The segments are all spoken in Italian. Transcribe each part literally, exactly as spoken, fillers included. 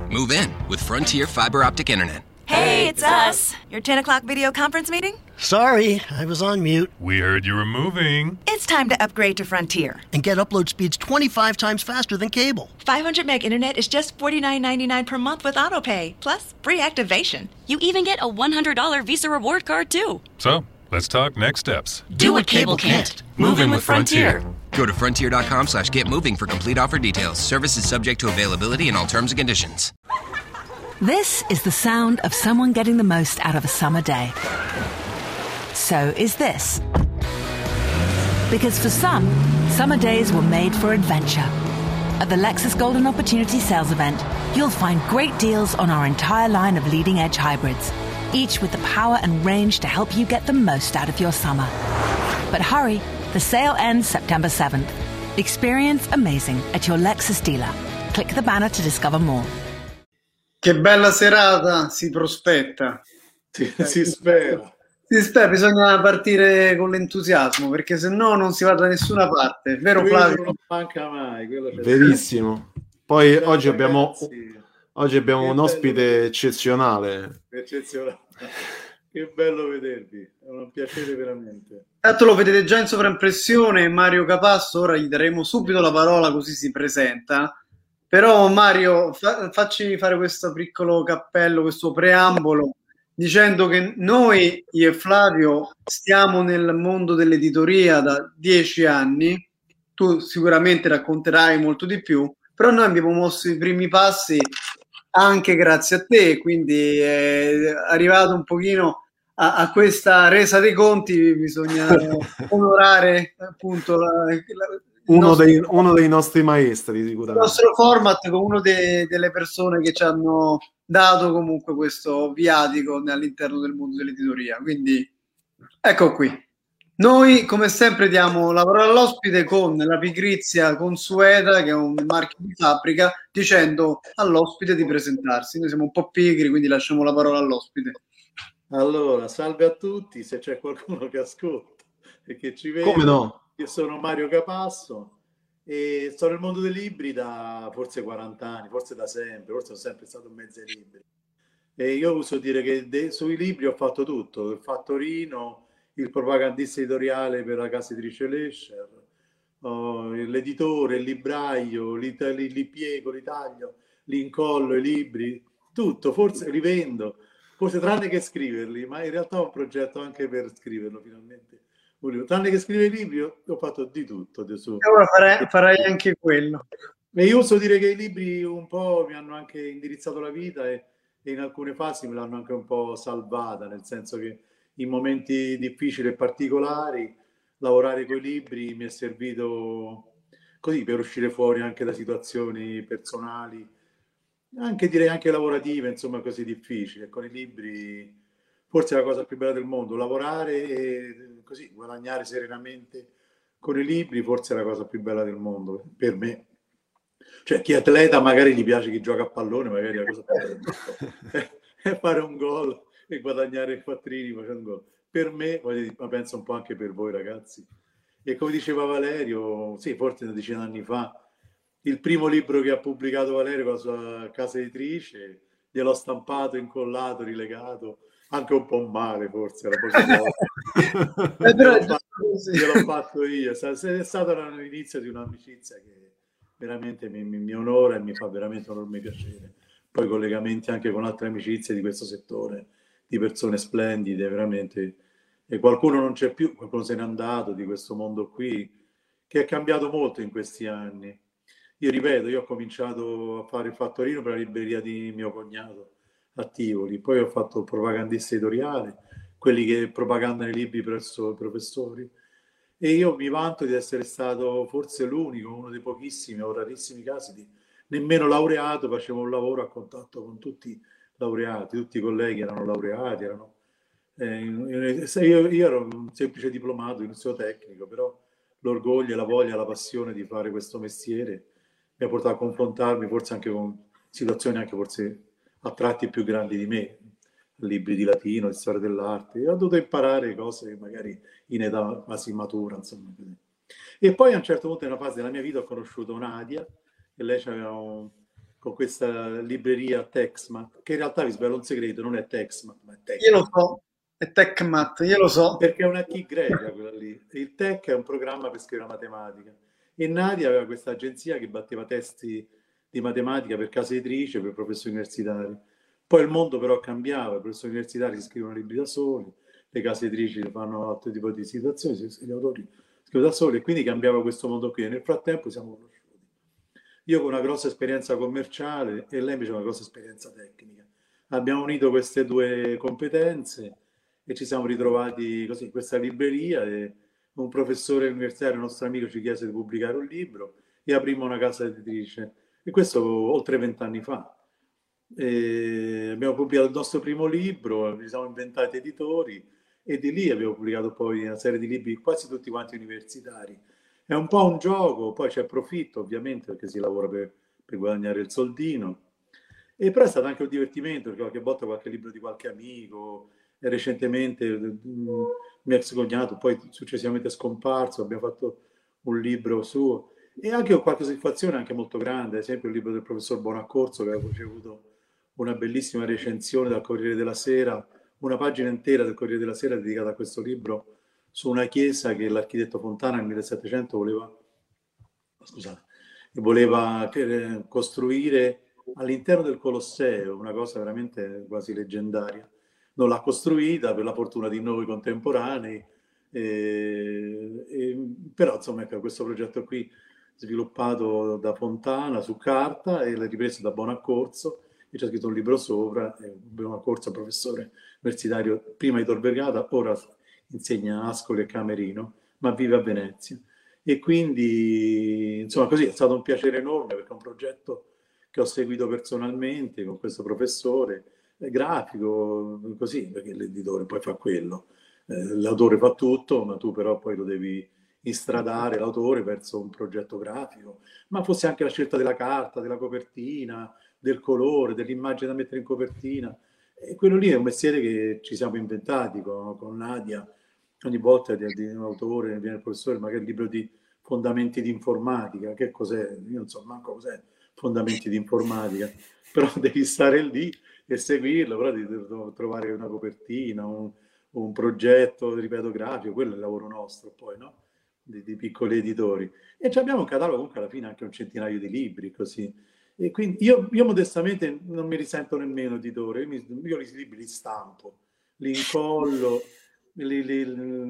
Move in with Frontier Fiber Optic Internet. Hey, it's us. Your ten o'clock video conference meeting? Sorry, I was on mute. We heard you were moving. It's time to upgrade to Frontier. And get upload speeds twenty-five times faster than cable. five hundred meg internet is just forty-nine ninety-nine per month with AutoPay, plus free activation. You even get a one hundred dollars Visa reward card, too. So, let's talk next steps. Do what cable can't. Move in with Frontier. Go to frontier.com slash get moving for complete offer details. Service is subject to availability and all terms and conditions. This is the sound of someone getting the most out of a summer day. So is this. Because for some, summer days were made for adventure. At the Lexus Golden Opportunity Sales Event, you'll find great deals on our entire line of leading-edge hybrids, each with the power and range to help you get the most out of your summer. But hurry, the sale ends September seventh. Experience amazing at your Lexus dealer. Click the banner to discover more. Che bella serata si prospetta. Si, si spera. Si spera, bisogna partire con l'entusiasmo, perché se no non si va da nessuna parte. Vero Quello Flavio? non manca mai. Quello c'è Verissimo. Poi sempre. oggi abbiamo, Ragazzi, oggi abbiamo che un ospite bello. eccezionale. Eccezionale. Che bello vedervi, è un piacere veramente. Tanto lo vedete già in sovraimpressione, Mario Capasso, ora gli daremo subito la parola così si presenta. Però Mario, fa- facci fare questo piccolo cappello, questo preambolo, dicendo che noi, io e Flavio, stiamo nel mondo dell'editoria da dieci anni, tu sicuramente racconterai molto di più, però noi abbiamo mosso i primi passi anche grazie a te, quindi è arrivato un pochino a, a questa resa dei conti, bisogna onorare appunto la, la Uno nostro, dei, uno dei nostri maestri il sicuramente. nostro format con una delle persone che ci hanno dato comunque questo viatico all'interno del mondo dell'editoria, quindi ecco qui. Noi come sempre diamo la parola all'ospite con la pigrizia consueta, che è un marchio di fabbrica, dicendo all'ospite di presentarsi. Noi siamo un po' pigri, quindi lasciamo la parola all'ospite. Allora, salve a tutti, se c'è qualcuno che ascolta e che ci vede. Come no? Io sono Mario Capasso e sto nel mondo dei libri da forse quaranta anni, forse da sempre, forse sono sempre stato in mezzo ai libri. E io uso dire che de- sui libri ho fatto tutto, il fattorino, il propagandista editoriale per la casa editrice Lescher, oh, l'editore, il libraio, li, li, li piego, li taglio, li incollo i libri, tutto, forse li vendo, forse tranne che scriverli, ma in realtà ho un progetto anche per scriverlo finalmente. Tranne che scrivere i libri ho fatto di tutto. Adesso. E ora farai, farai anche quello. E io uso dire che i libri un po' mi hanno anche indirizzato la vita e, e in alcune fasi me l'hanno anche un po' salvata, nel senso che in momenti difficili e particolari lavorare con i libri mi è servito così per uscire fuori anche da situazioni personali, anche direi anche lavorative, insomma, così difficili. E con i libri forse è la cosa più bella del mondo, lavorare e così guadagnare serenamente con i libri, forse è la cosa più bella del mondo per me. Cioè chi è atleta magari gli piace, chi gioca a pallone magari la cosa più bella del mondo è, è fare un gol e guadagnare quattrini facendo gol. Per me, ma penso un po' anche per voi ragazzi. E come diceva Valerio, sì, forse una decina d'anni fa, il primo libro che ha pubblicato Valerio con la sua casa editrice, gliel'ho stampato, incollato, rilegato, anche un po' male forse, era eh, però gliel'ho, fatto, gliel'ho fatto io. È stato l'inizio di un'amicizia che veramente mi, mi, mi onora e mi fa veramente un enorme piacere. Poi collegamenti anche con altre amicizie di questo settore, di persone splendide, veramente. E qualcuno non c'è più, qualcuno se n'è andato di questo mondo qui, che è cambiato molto in questi anni. Io ripeto, io ho cominciato a fare il fattorino per la libreria di mio cognato a Tivoli, poi ho fatto il propagandista editoriale, quelli che propagandano i libri presso i professori, e io mi vanto di essere stato forse l'unico, uno dei pochissimi o rarissimi casi di nemmeno laureato, facevo un lavoro a contatto con tutti i laureati, tutti i colleghi erano laureati, erano, eh, io, io ero un semplice diplomato in liceo tecnico, però l'orgoglio, la voglia, la passione di fare questo mestiere mi ha portato a confrontarmi forse anche con situazioni anche forse a tratti più grandi di me, libri di latino, di storia dell'arte, e ho dovuto imparare cose magari in età quasi matura, insomma. E poi a un certo punto nella fase della mia vita ho conosciuto Nadia, e lei aveva un, con questa libreria Texmat, che in realtà vi svelo un segreto, non è Texmat, ma è Tech. Io lo so, è TechMat, io lo so. Perché è una key greca quella lì. Il Tech è un programma per scrivere matematica. E Nadia aveva questa agenzia che batteva testi di matematica per case editrici, per professori universitari. Poi il mondo però cambiava, i professori universitari si scrivono libri da soli, le case editrici fanno altro tipo di situazioni, gli autori scrivono da soli, e quindi cambiava questo mondo qui. E nel frattempo siamo conosciuti. Io con una grossa esperienza commerciale e lei invece una grossa esperienza tecnica. Abbiamo unito queste due competenze e ci siamo ritrovati così in questa libreria e un professore universitario, un nostro amico, ci chiese di pubblicare un libro e aprimmo una casa editrice. E questo oltre vent'anni fa. E abbiamo pubblicato il nostro primo libro, ci siamo inventati editori e di lì abbiamo pubblicato poi una serie di libri quasi tutti quanti universitari. È un po' un gioco, poi c'è profitto ovviamente perché si lavora per, per guadagnare il soldino, e però è stato anche un divertimento perché qualche volta qualche libro di qualche amico, e recentemente il mio ex cognato, poi successivamente scomparso, abbiamo fatto un libro suo, e anche ho qualche soddisfazione anche molto grande, ad esempio il libro del professor Bonaccorso che aveva ricevuto una bellissima recensione dal Corriere della Sera, una pagina intera del Corriere della Sera dedicata a questo libro, su una chiesa che l'architetto Fontana nel millesettecento voleva, scusate, voleva costruire all'interno del Colosseo, una cosa veramente quasi leggendaria. Non l'ha costruita per la fortuna di noi contemporanei, e, e, però insomma ecco, questo progetto qui sviluppato da Fontana su carta e l'ha ripreso da Bonaccorso e ci ha scritto un libro sopra. Bonaccorso è professore universitario prima di Tor Vergata, ora insegna a Ascoli e Camerino, ma vive a Venezia. E quindi, insomma, così è stato un piacere enorme perché è un progetto che ho seguito personalmente con questo professore, è grafico, così, perché l'editore poi fa quello. Eh, l'autore fa tutto, ma tu però poi lo devi instradare, l'autore, verso un progetto grafico. Ma fosse anche la scelta della carta, della copertina, del colore, dell'immagine da mettere in copertina. E quello lì è un mestiere che ci siamo inventati con, con Nadia. Ogni volta di, di un autore viene il professore, magari il libro di fondamenti di informatica, che cos'è? Io non so manco cos'è fondamenti di informatica, però devi stare lì e seguirlo, però devi trovare una copertina, un, un progetto, ripeto, grafico, quello è il lavoro nostro poi, no? Di, di piccoli editori. E abbiamo un catalogo comunque alla fine anche un centinaio di libri, così. E quindi io, io modestamente non mi risento nemmeno editore, io, mi, io i libri li stampo, li incollo. Li, li,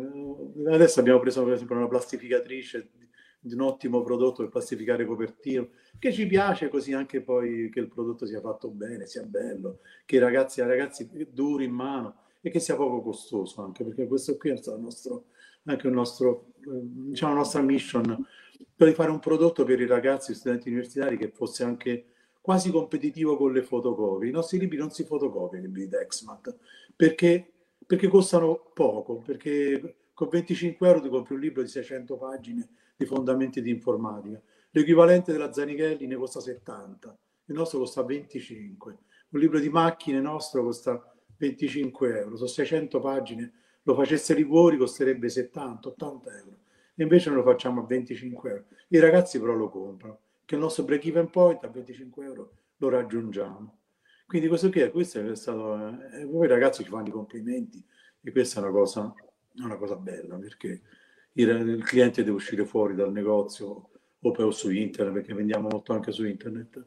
li, adesso abbiamo preso per esempio una plastificatrice di un ottimo prodotto per plastificare copertine, che ci piace, così anche poi che il prodotto sia fatto bene, sia bello, che i ragazzi, i ragazzi duri in mano e che sia poco costoso, anche perché questo qui è stato il nostro, anche il nostro, diciamo, la nostra mission, per fare un prodotto per i ragazzi, studenti universitari, che fosse anche quasi competitivo con le fotocopie. I nostri libri non si fotocopiano, i libri di Texmat, perché perché costano poco, perché con venticinque euro ti compri un libro di seicento pagine di fondamenti di informatica. L'equivalente della Zanichelli ne costa settanta, il nostro costa venticinque. Un libro di macchine nostro costa venticinque euro, sono seicento pagine, lo facesse Liguori costerebbe settanta ottanta euro, e invece noi lo facciamo a venticinque euro. I ragazzi però lo comprano, che il nostro break even point a venticinque euro lo raggiungiamo. Quindi questo qui è, questo è stato, eh, voi ragazzi ci fanno i complimenti, e questa è una cosa, una cosa bella, perché il, il cliente deve uscire fuori dal negozio o poi su internet, perché vendiamo molto anche su internet,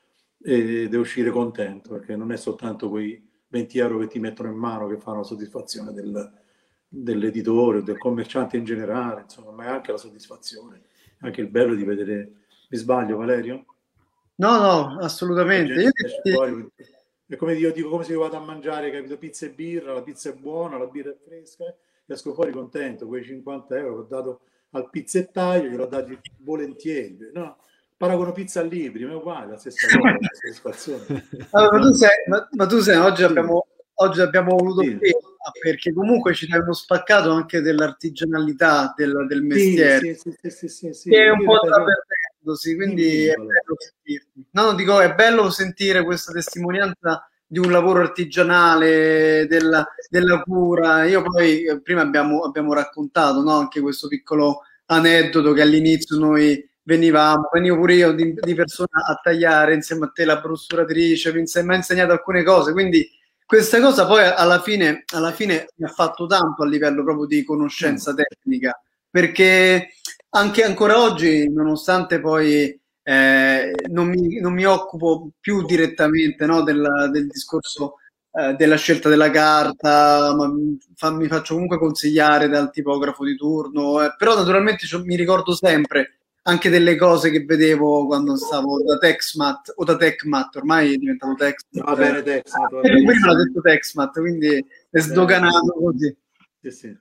e deve uscire contento, perché non è soltanto quei venti euro che ti mettono in mano che fanno la soddisfazione del, dell'editore, del commerciante in generale, insomma, ma è anche la soddisfazione, anche il bello di vedere. Mi sbaglio, Valerio? No, no, assolutamente. Io ti... fuori, è come io dico, come se io vado a mangiare, capito, pizza e birra, la pizza è buona, la birra è fresca, eh, esco fuori contento, quei cinquanta euro che ho dato al pizzettaio, gliel'ho dati volentieri, no? Paragono pizza a libri, ma è uguale, la stessa cosa, la soddisfazione. Allora, ma tu sei, ma, ma tu sei oggi, sì. abbiamo, oggi abbiamo voluto sì. perché comunque ci dai uno spaccato anche dell'artigianalità del, del mestiere, sì, sì, sì, sì, sì, sì, che è un po' da sì, quindi è bello sentirti. No, dico, è bello sentire questa testimonianza di un lavoro artigianale, della, della cura. Io poi prima abbiamo, abbiamo raccontato, no, anche questo piccolo aneddoto che all'inizio noi venivamo, venivo pure io di, di persona a tagliare insieme a te la brossuratrice, mi ha insegnato alcune cose, quindi questa cosa poi alla fine, alla fine mi ha fatto tanto a livello proprio di conoscenza tecnica, perché anche ancora oggi, nonostante poi eh, non, mi, non mi occupo più direttamente, no, del, del discorso eh, della scelta della carta, ma fa, mi faccio comunque consigliare dal tipografo di turno, eh, però naturalmente cioè, mi ricordo sempre anche delle cose che vedevo quando stavo da Texmat o da Tecmat, ormai è diventato Texmat. Va bene, Texmat. E lui prima l'ha detto Texmat, quindi è sdoganato così. Sì, sì.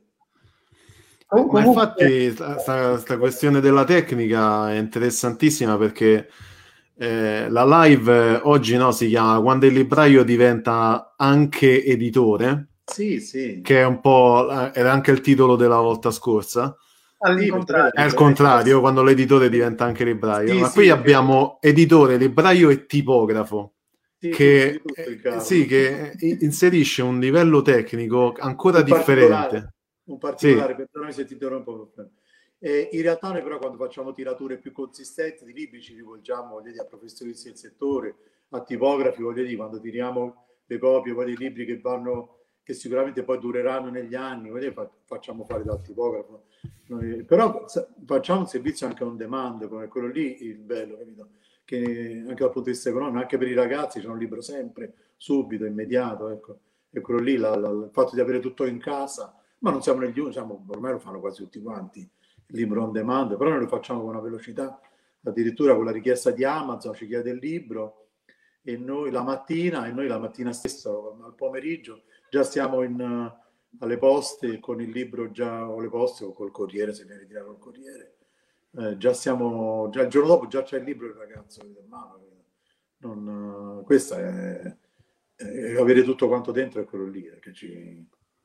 Ma comunque... infatti questa questione della tecnica è interessantissima perché eh, la live oggi no, si chiama Quando il libraio diventa anche editore, sì, sì. Che è un po' era anche il titolo della volta scorsa. All'incontrario. È il contrario, quando l'editore diventa anche libraio. Sì, Ma sì, qui sì, abbiamo editore, libraio e tipografo, sì, che, tutto, sì, che inserisce un livello tecnico ancora un differente. Un particolare, sì. Per noi se ti interrompo. Eh, in realtà noi però quando facciamo tirature più consistenti di libri ci rivolgiamo voglio dire, a professionisti del settore, a tipografi, voglio dire, quando tiriamo le copie, voglio dire, libri che vanno che sicuramente poi dureranno negli anni, voglio dire, facciamo fare dal tipografo. Noi, però facciamo un servizio anche on demand, come quello lì, il bello, capito? Che anche dal punto di vista economico, anche per i ragazzi c'è un libro sempre, subito, immediato, ecco. E quello lì, la, la, il fatto di avere tutto in casa, ma non siamo negli unici, siamo, ormai lo fanno quasi tutti quanti, il libro on demand, però noi lo facciamo con una velocità, addirittura con la richiesta di Amazon ci chiede il libro e noi la mattina, e noi la mattina stessa, al pomeriggio, già stiamo in, alle poste con il libro già, o le poste o col corriere, se viene ritirato col corriere, eh, già siamo, già il giorno dopo già c'è il libro del ragazzo in mano. Non, questa è, è avere tutto quanto dentro è quello lì, che ci...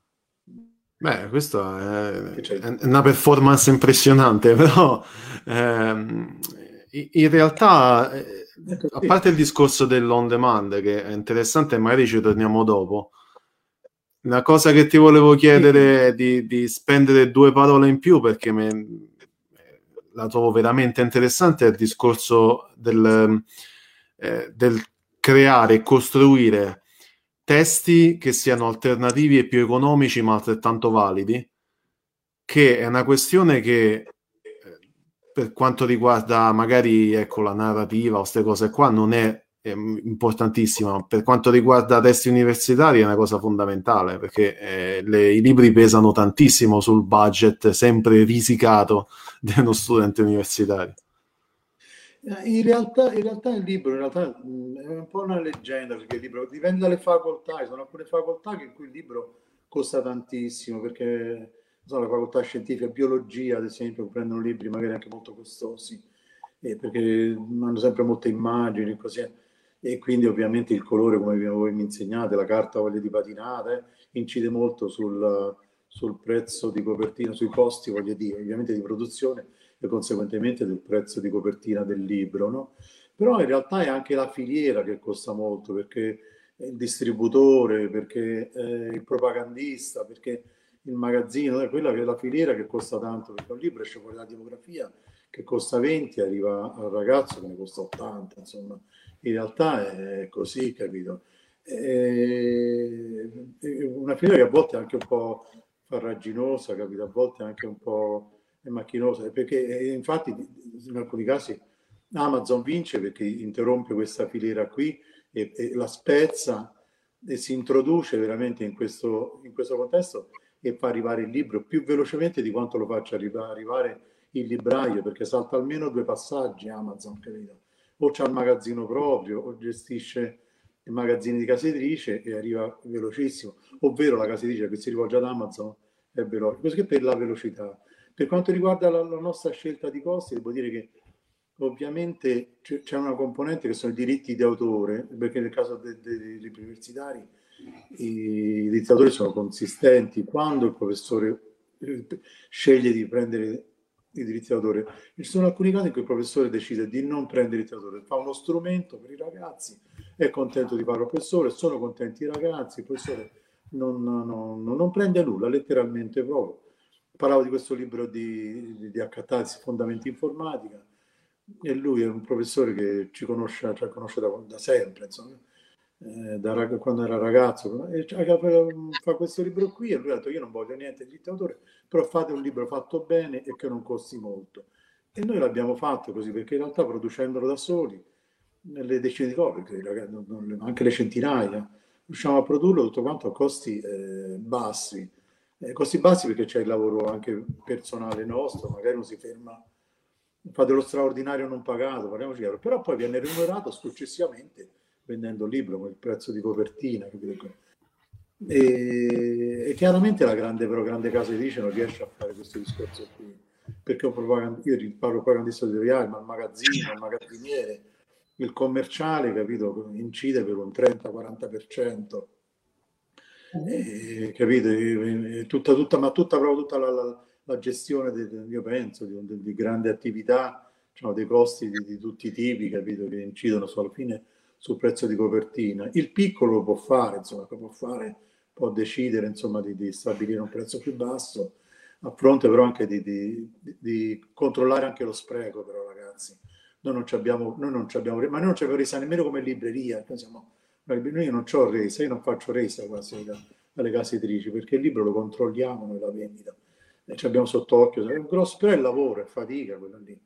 Beh, questa è, è una performance impressionante, però ehm, in realtà, a parte il discorso dell'on demand, che è interessante, magari ci torniamo dopo, una cosa che ti volevo chiedere è di, di spendere due parole in più, perché me, la trovo veramente interessante, è il discorso del, eh, del creare e costruire testi che siano alternativi e più economici ma altrettanto validi, che è una questione che per quanto riguarda magari ecco la narrativa o queste cose qua non è, è importantissima, ma per quanto riguarda testi universitari è una cosa fondamentale, perché eh, le, i libri pesano tantissimo sul budget sempre risicato dello studente universitario. In realtà, in realtà il libro in realtà mh, è un po' una leggenda, perché il libro dipende dalle facoltà, ci sono alcune facoltà che in cui il libro costa tantissimo, perché sono le facoltà scientifiche, biologia ad esempio, prendono libri magari anche molto costosi, eh, perché hanno sempre molte immagini così, e quindi ovviamente il colore, come voi mi insegnate, la carta voglia di patinata, eh, incide molto sul, sul prezzo di copertina, sui costi, voglio dire, ovviamente di produzione, e conseguentemente del prezzo di copertina del libro, no? Però in realtà è anche la filiera che costa molto, perché il distributore, perché eh, il propagandista, perché il magazzino, è quella che è la filiera che costa tanto, perché un libro esce fuori la tipografia che costa venti, arriva al ragazzo che ne costa ottanta, insomma, in realtà è così, capito? È una filiera che a volte è anche un po' farraginosa, capito? A volte anche un po' è macchinosa, perché infatti in alcuni casi Amazon vince perché interrompe questa filiera qui e, e la spezza e si introduce veramente in questo, in questo contesto e fa arrivare il libro più velocemente di quanto lo faccia arrivare il libraio, perché salta almeno due passaggi Amazon, capito? O c'ha il magazzino proprio o gestisce i magazzini di casa editrice e arriva velocissimo, ovvero la casa editrice che si rivolge ad Amazon è veloce, così che per la velocità. Per quanto riguarda la, la nostra scelta di costi, devo dire che ovviamente c'è una componente che sono i diritti di autore, perché nel caso dei, dei libri universitari i diritti di autore sono consistenti. Quando il professore sceglie di prendere i diritti d'autore, ci sono alcuni casi in cui il professore decide di non prendere i diritti d'autore, fa uno strumento per i ragazzi, è contento di fare il professore, sono contenti i ragazzi, il professore non, non, non prende nulla, letteralmente proprio. Parlavo di questo libro di, di, di Accattarsi, Fondamenti Informatica, e lui è un professore che ci conosce, cioè, conosce da, da sempre, insomma, eh, da, quando era ragazzo, e fa questo libro qui, e lui ha detto: io non voglio niente di diritto d'autore, però fate un libro fatto bene e che non costi molto. E noi l'abbiamo fatto così, perché in realtà producendolo da soli, nelle decine di copie, anche le centinaia, riusciamo a produrlo tutto quanto a costi eh, bassi. Eh, costi bassi perché c'è il lavoro anche personale nostro, magari non si ferma, fa dello straordinario non pagato, parliamoci chiaro, però poi viene remunerato successivamente vendendo il libro con il prezzo di copertina, capito? E, e chiaramente la grande, però, grande casa editrice non riesce a fare questo discorso qui, perché un io parlo propagandista editoriale, ma il magazzino, il magazziniere, il commerciale, capito, incide per un trenta quaranta per cento, e, capito, e, tutta, tutta, ma tutta, proprio tutta la, la, la gestione, de, de, io penso, di, di, di grande attività, diciamo, dei costi di, di tutti i tipi, capito, che incidono su, alla fine sul prezzo di copertina. Il piccolo lo può fare, insomma, può fare, può decidere, insomma, di, di stabilire un prezzo più basso, a fronte però anche di, di, di controllare anche lo spreco, però, ragazzi. Noi non ci abbiamo, noi non ci abbiamo, ma noi non ci abbiamo resa nemmeno come libreria. Noi, siamo, noi non c'ho resa, io non faccio resa quasi alle case editrici, perché il libro lo controlliamo noi la vendita, e ci abbiamo sott'occhio, è un grosso, però è lavoro, è fatica quello lì,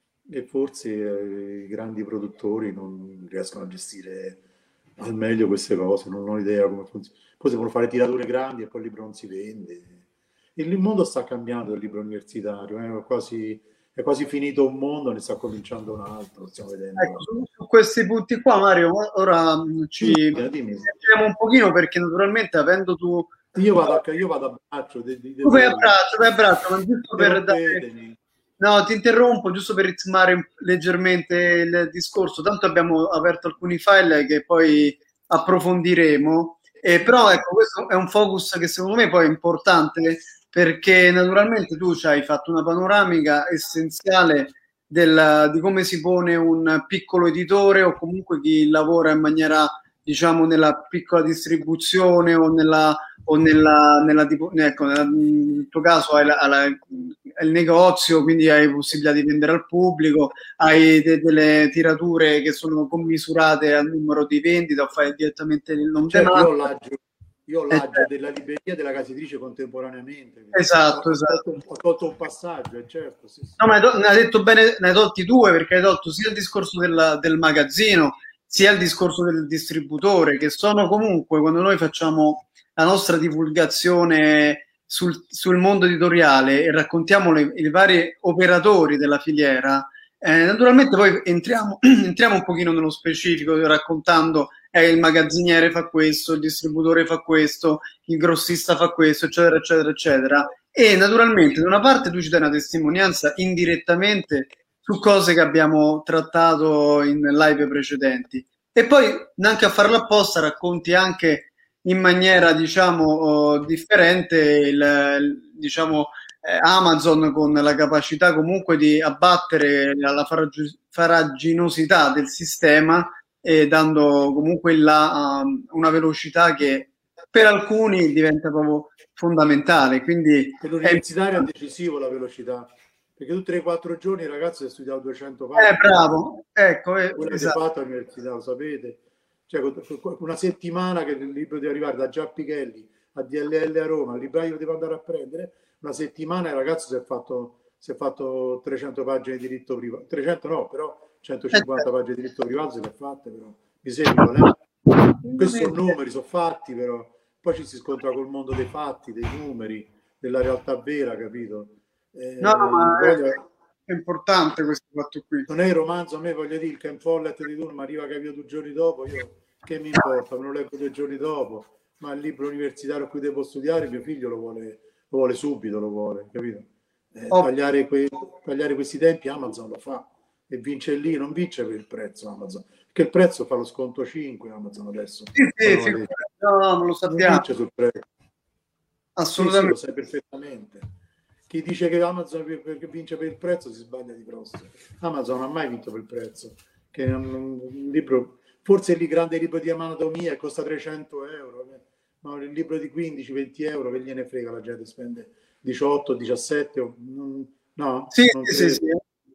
e forse eh, i grandi produttori non riescono a gestire al meglio queste cose, non ho idea come funziona. Poi si possono fare tirature grandi e poi il libro non si vende. Il mondo sta cambiando, il libro universitario, è quasi... è quasi finito un mondo, ne sta cominciando un altro, stiamo vedendo. Ecco, su, su questi punti qua, Mario, ora ci mettiamo un pochino, perché naturalmente avendo tu... Io vado a, io vado a braccio. De, de, de, tu vai a braccio, vai a braccio, ma giusto per dare... No, ti interrompo, giusto per ritmare leggermente il discorso, tanto abbiamo aperto alcuni file che poi approfondiremo, eh, però ecco, questo è un focus che secondo me poi è importante, perché naturalmente tu ci hai fatto una panoramica essenziale del, di come si pone un piccolo editore o comunque chi lavora in maniera, diciamo, nella piccola distribuzione o nella, o nella, nella tipo, ecco, nel tuo caso hai, la, hai il negozio, quindi hai possibilità di vendere al pubblico, hai de, delle tirature che sono commisurate al numero di vendita o fai direttamente il non certo, demand. Io ho l'aggio della libreria della casa editrice contemporaneamente. Esatto, ho, esatto. Ho, ho tolto un passaggio, è certo. Sì, sì. No, ma ne hai detto bene, ne hai tolti due, perché hai tolto sia il discorso del, del magazzino, sia il discorso del distributore, che sono comunque, quando noi facciamo la nostra divulgazione sul, sul mondo editoriale e raccontiamo le, i vari operatori della filiera, eh, naturalmente poi entriamo, entriamo un pochino nello specifico, raccontando eh, il magazziniere fa questo, il distributore fa questo, il grossista fa questo, eccetera, eccetera, eccetera. E naturalmente da una parte tu ci dai una testimonianza indirettamente su cose che abbiamo trattato in live precedenti, e poi neanche a farlo apposta racconti anche in maniera, diciamo, uh, differente il, il, diciamo, eh, Amazon, con la capacità comunque di abbattere la, la farag- faraginosità del sistema, e dando comunque là um, una velocità che per alcuni diventa proprio fondamentale. Quindi per l'universitario è... è decisivo la velocità, perché tu tre quattro giorni il ragazzo ha studiato duecento pagine. Eh, bravo, ecco, eh, quello esatto. che fatto all'università, lo sapete, cioè una settimana che il libro deve arrivare da Giappichelli a D L L a Roma, il libraio deve andare a prendere, una settimana il ragazzo si è fatto, si è fatto trecento pagine di diritto privato, trecento no, però centocinquanta eh, pagine di diritto privato se le ha fatte, però mi seguono, eh? Questi sono numeri, sono fatti, però poi ci si scontra col mondo dei fatti, dei numeri, della realtà vera, capito? Eh, no, no, ma voglio... è importante questo fatto qui. Non è il romanzo, a me voglio dire, il Ken Follett di Turma arriva capito due giorni dopo, io che mi importa, me lo leggo due giorni dopo, ma il libro universitario a cui devo studiare mio figlio lo vuole, lo vuole subito, lo vuole, capito? Eh, oh. tagliare, que... tagliare questi tempi Amazon lo fa e vince lì, non vince per il prezzo Amazon, perché il prezzo fa lo sconto cinque Amazon adesso. Sì, sì, sì, no, non lo sappiamo. Non vince sul prezzo. Assolutamente. Sì, sì, lo sai perfettamente. Chi dice che Amazon vince per il prezzo si sbaglia di grosso. Amazon non ha mai vinto per il prezzo. Che è un, un libro, forse il grande libro di anatomia costa trecento euro, ma il libro di quindici venti euro che gliene frega, la gente spende diciotto diciassette, non, no? Sì, non sì, sì.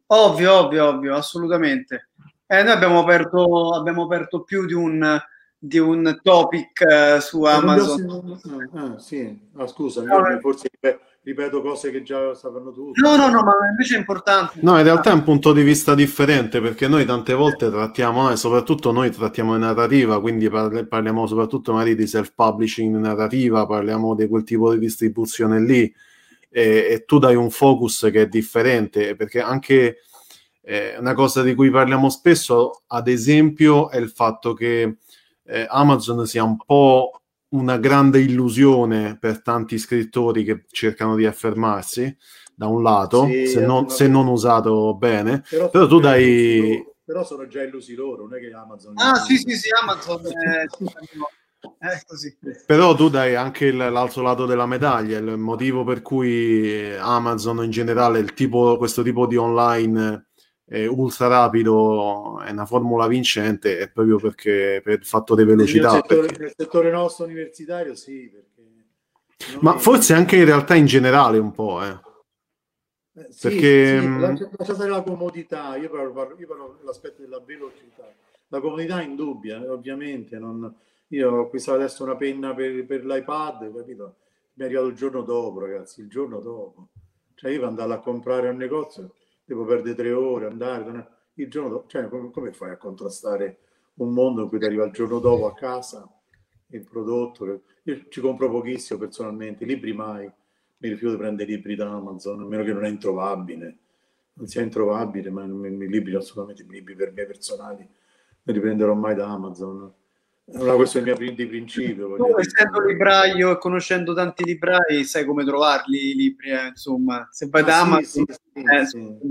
Ovvio, ovvio, ovvio, assolutamente. Eh, noi abbiamo aperto, abbiamo aperto più di un, di un topic eh, su Amazon. Ah, sì. Ah, scusa, no, io forse ripeto cose che già sapevano tutti. No, no, no, ma invece è importante. No, in realtà è un punto di vista differente, perché noi tante volte trattiamo, e soprattutto noi trattiamo di narrativa, quindi parli- parliamo soprattutto magari di self-publishing narrativa, parliamo di quel tipo di distribuzione lì, e, e tu dai un focus che è differente, perché anche eh, una cosa di cui parliamo spesso, ad esempio, è il fatto che eh, Amazon sia un po' una grande illusione per tanti scrittori che cercano di affermarsi, da un lato, Sì, se, non, se non usato bene, però, però tu dai... Però sono già illusi loro, non è che Amazon... Ah, sì, sì, sì, Amazon è... è così. Però tu dai anche il, l'altro lato della medaglia, il motivo per cui Amazon in generale, il tipo, questo tipo di online eh, ultra rapido è una formula vincente, è proprio perché per il fatto di velocità. Nel settore, perché... nel settore nostro universitario sì, perché noi... Ma forse anche in realtà in generale un po', eh. Eh, sì, perché sì, lascia, lascia stare la comodità, io parlo, io parlo dell'aspetto della velocità. La comodità è indubbia, eh, ovviamente. Non, io ho acquistato adesso una penna per, per l'iPad, capito? Mi è arrivato il giorno dopo, ragazzi, il giorno dopo. Cioè io per andare a comprare al negozio devo perdere tre ore, andare, il giorno dopo. Cioè come, come fai a contrastare un mondo in cui ti arriva il giorno dopo a casa il prodotto? Io ci compro pochissimo personalmente, libri mai. Mi rifiuto di prendere libri da Amazon, a meno che non è introvabile. Non sia introvabile, ma i libri assolutamente, i libri per me personali, non li prenderò mai da Amazon. È una questione mia di principio. Tu, essendo libraio e conoscendo tanti librai, sai come trovarli i libri, eh, insomma. Se vai da ah, Amazon... Sì, sì, eh, sì.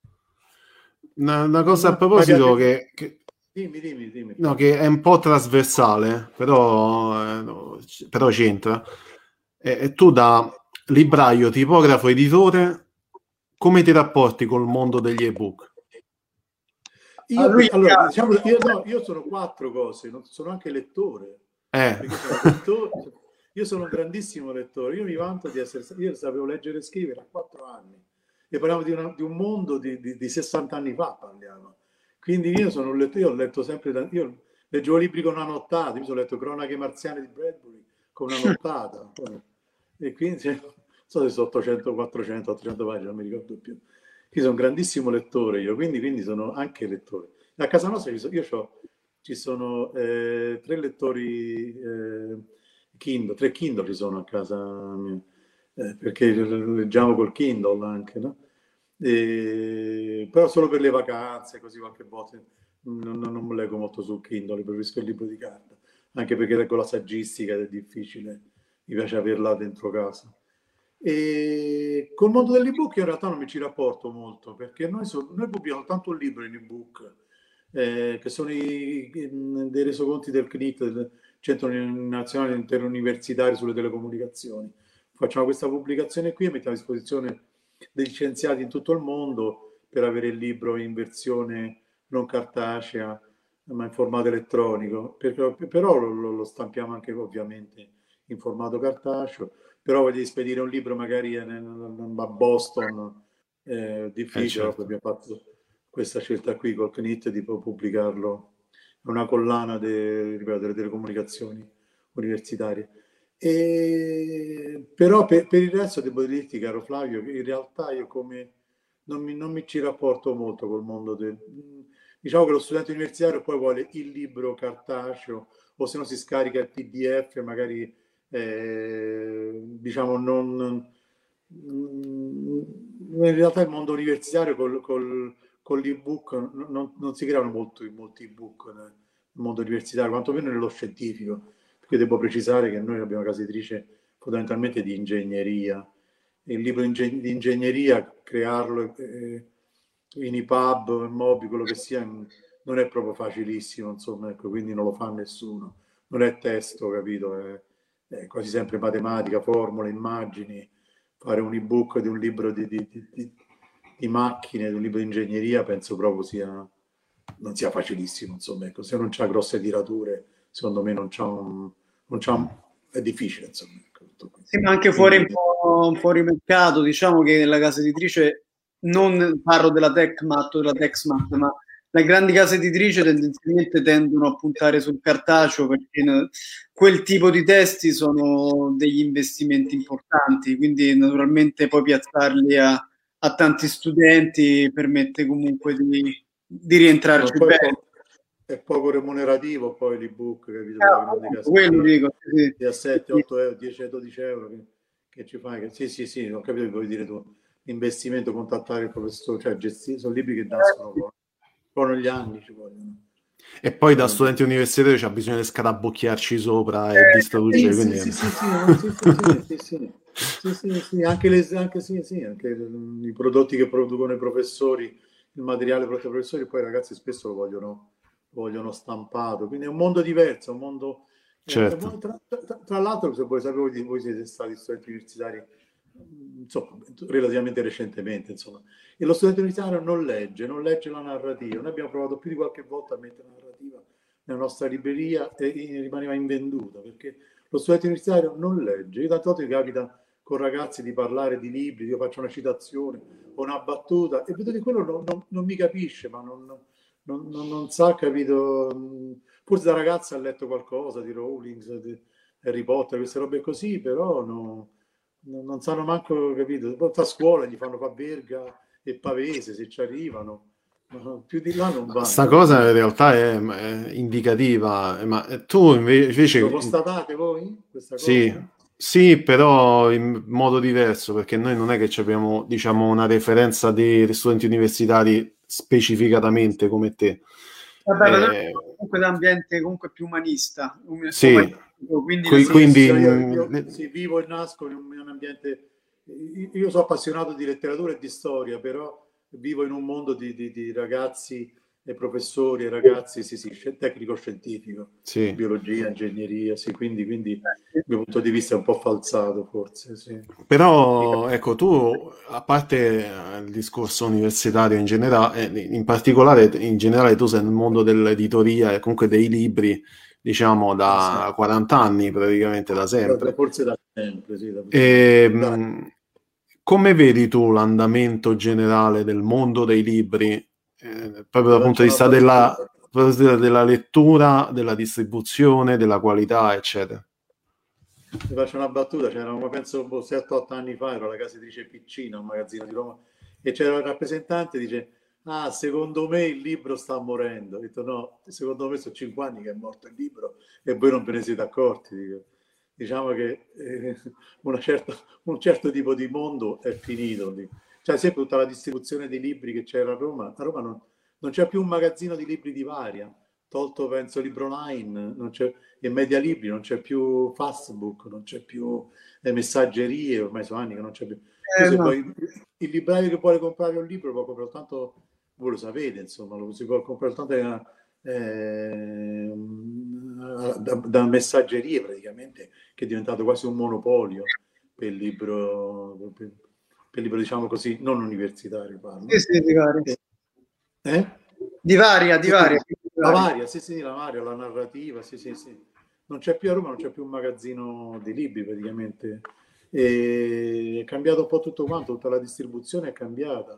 Una, una cosa a proposito che... che... Dimmi, dimmi, dimmi. No, che è un po' trasversale, però, eh, no, però c'entra. E, e tu da libraio, tipografo, editore, come ti rapporti col mondo degli ebook? Io, allora, allora diciamo, io, no, io sono quattro cose, non, sono anche lettore. Eh. Sono lettore. Io sono un grandissimo lettore, io mi vanto di essere... Io sapevo leggere e scrivere a quattro anni. E parliamo di, una, di un mondo di, di, di sessanta anni fa, parliamo. Quindi io sono un lettore, io ho letto sempre... Da, io leggevo libri con una nottata, mi sono letto Cronache marziane di Bradbury con una nottata. E quindi... Cioè, so se sono ottocento, quattrocento, ottocento pagine, non mi ricordo più. Io sono un grandissimo lettore, io, quindi, quindi sono anche lettore. A casa nostra ci sono, io ho, ci sono eh, tre lettori eh, Kindle, tre Kindle ci sono a casa mia, eh, perché leggiamo col Kindle anche, no? E, però solo per le vacanze, così qualche volta non, non, non leggo molto sul Kindle, preferisco il libro di carta, anche perché leggo la saggistica ed è difficile, mi piace averla dentro casa. E col mondo dell'ebook in realtà non mi ci rapporto molto, perché noi, so, noi pubblichiamo tanto un libro in ebook, eh, che sono i, i, dei resoconti del C N I T, del Centro Nazionale Interuniversitario sulle Telecomunicazioni. Facciamo questa pubblicazione qui e mettiamo a disposizione degli scienziati in tutto il mondo per avere il libro in versione non cartacea, ma in formato elettronico, perché, però lo, lo stampiamo anche ovviamente in formato cartaceo. Però voglio spedire un libro magari a Boston, è difficile, eh, certo. Abbiamo fatto questa scelta qui col C N I T di pubblicarlo in una collana de, ripeto, delle telecomunicazioni universitarie. E, però per, per il resto devo dirti, caro Flavio, che in realtà io come non mi, non mi ci rapporto molto col mondo del... Diciamo che lo studente universitario poi vuole il libro cartaceo, o se no si scarica il P D F, magari... Eh, diciamo non in realtà il mondo universitario col, col, con l'ebook non, non si creano molto, molti ebook nel mondo universitario, quantomeno nello scientifico, perché devo precisare che noi abbiamo una casa editrice fondamentalmente di ingegneria, e il libro inge- di ingegneria crearlo eh, in E P U B, in Mobi, quello che sia, non è proprio facilissimo, insomma, ecco, quindi non lo fa nessuno, non è testo, capito? È, Eh, quasi sempre matematica, formule, immagini. Fare un ebook di un libro di, di, di, di macchine, di un libro di ingegneria, penso proprio sia non sia facilissimo, insomma, ecco, se non c'ha grosse tirature, secondo me non c'ha un, non c'ha un, è difficile, insomma, ecco, tutto sì, ma anche fuori, un po', fuori mercato, diciamo che la casa editrice non parlo della Tecmat o della Texmat, ma le grandi case editrici tendenzialmente tendono a puntare sul cartaceo, perché quel tipo di testi sono degli investimenti importanti, quindi naturalmente poi piazzarli a, a tanti studenti permette comunque di, di rientrarci no, bene. È poco remunerativo poi l'ebook, capito? Ah, quello dico, sì, sì. A sette, otto euro, dieci, dodici euro che, che ci fai? Che, sì, sì, sì, ho capito che vuoi dire tu. Investimento, contattare il professore, cioè gestire, sono libri che nascono poi, poi negli anni ci vogliono. E poi da studenti universitari c'ha bisogno di scarabocchiarci sopra e eh, distruggere. Sì, quindi... sì, sì, sì, sì, sì, sì, sì, sì. Sì, sì, sì, anche, le, anche, sì, sì, anche i prodotti che producono i professori, il materiale prodotto dai professori, poi i ragazzi spesso lo vogliono, lo vogliono stampato, quindi è un mondo diverso, un mondo... Certo. Eh, tra, tra, tra l'altro, se voi sapete, voi siete stati studenti universitari, insomma, relativamente recentemente, insomma, e lo studente universitario non legge, non legge la narrativa. Noi abbiamo provato più di qualche volta a mettere la narrativa nella nostra libreria e rimaneva invenduta, perché lo studente universitario non legge. Io tante volte mi capita con ragazzi di parlare di libri, io faccio una citazione o una battuta e vedo che quello non, non, non mi capisce, ma non, non, non, non sa, capito, forse da ragazza ha letto qualcosa di Rowling, di Harry Potter, queste robe così, però no, non sanno manco, capito, poi a scuola gli fanno fa Verga e Pavese se ci arrivano. Ma più di là non va. Sta cosa in realtà è, è indicativa, ma tu invece... Lo constatate voi questa cosa? Sì, sì, però in modo diverso, perché noi non è che abbiamo, diciamo, una referenza di studenti universitari specificatamente come te. Vabbè, eh, comunque l'ambiente comunque più umanista. Sì, umanistico, quindi, qui, sì, quindi io, io, io sì, vivo e nasco in un, in un ambiente... Io sono appassionato di letteratura e di storia, però vivo in un mondo di, di, di ragazzi e professori e ragazzi, sì, sì, tecnico-scientifico, sì. biologia, ingegneria, sì, quindi, quindi il mio punto di vista è un po' falsato forse, sì. Però, ecco, tu, a parte il discorso universitario in generale, in particolare, in generale tu sei nel mondo dell'editoria e comunque dei libri, diciamo, da quaranta anni, praticamente da sempre. Forse da sempre, sì. Da e, da... Come vedi tu l'andamento generale del mondo dei libri, eh, proprio dal punto di vista della, della lettura, della distribuzione, della qualità, eccetera? Ti faccio una battuta, c'era, penso, sette otto anni fa, ero alla casa editrice Piccina, un magazzino di Roma, e c'era il rappresentante, dice, ah, secondo me il libro sta morendo. Ho detto, no, secondo me sono cinque anni che è morto il libro e voi non ve ne siete accorti. Dico. Diciamo che eh, una certa, un certo tipo di mondo è finito. Cioè, sempre tutta la distribuzione dei libri che c'era a Roma, a Roma non, non c'è più un magazzino di libri di varia, tolto penso Libroline, non c'è, e Media Libri, non c'è più Fastbook, non c'è più le messaggerie, ormai sono anni che non c'è più. Eh, no. Poi, il libraio che vuole comprare un libro lo compra soltanto, voi lo sapete, insomma, lo si può comprare soltanto eh, da, da messaggerie praticamente, che è diventato quasi un monopolio per il libro, per, per il libro diciamo così, non universitario parlo. Sì, sì, di varia. Eh? Di varia, di varia. La varia, sì, sì, la varia, la narrativa, sì, sì, sì. Non c'è più a Roma, non c'è più un magazzino di libri praticamente. E è cambiato un po' tutto quanto, tutta la distribuzione è cambiata.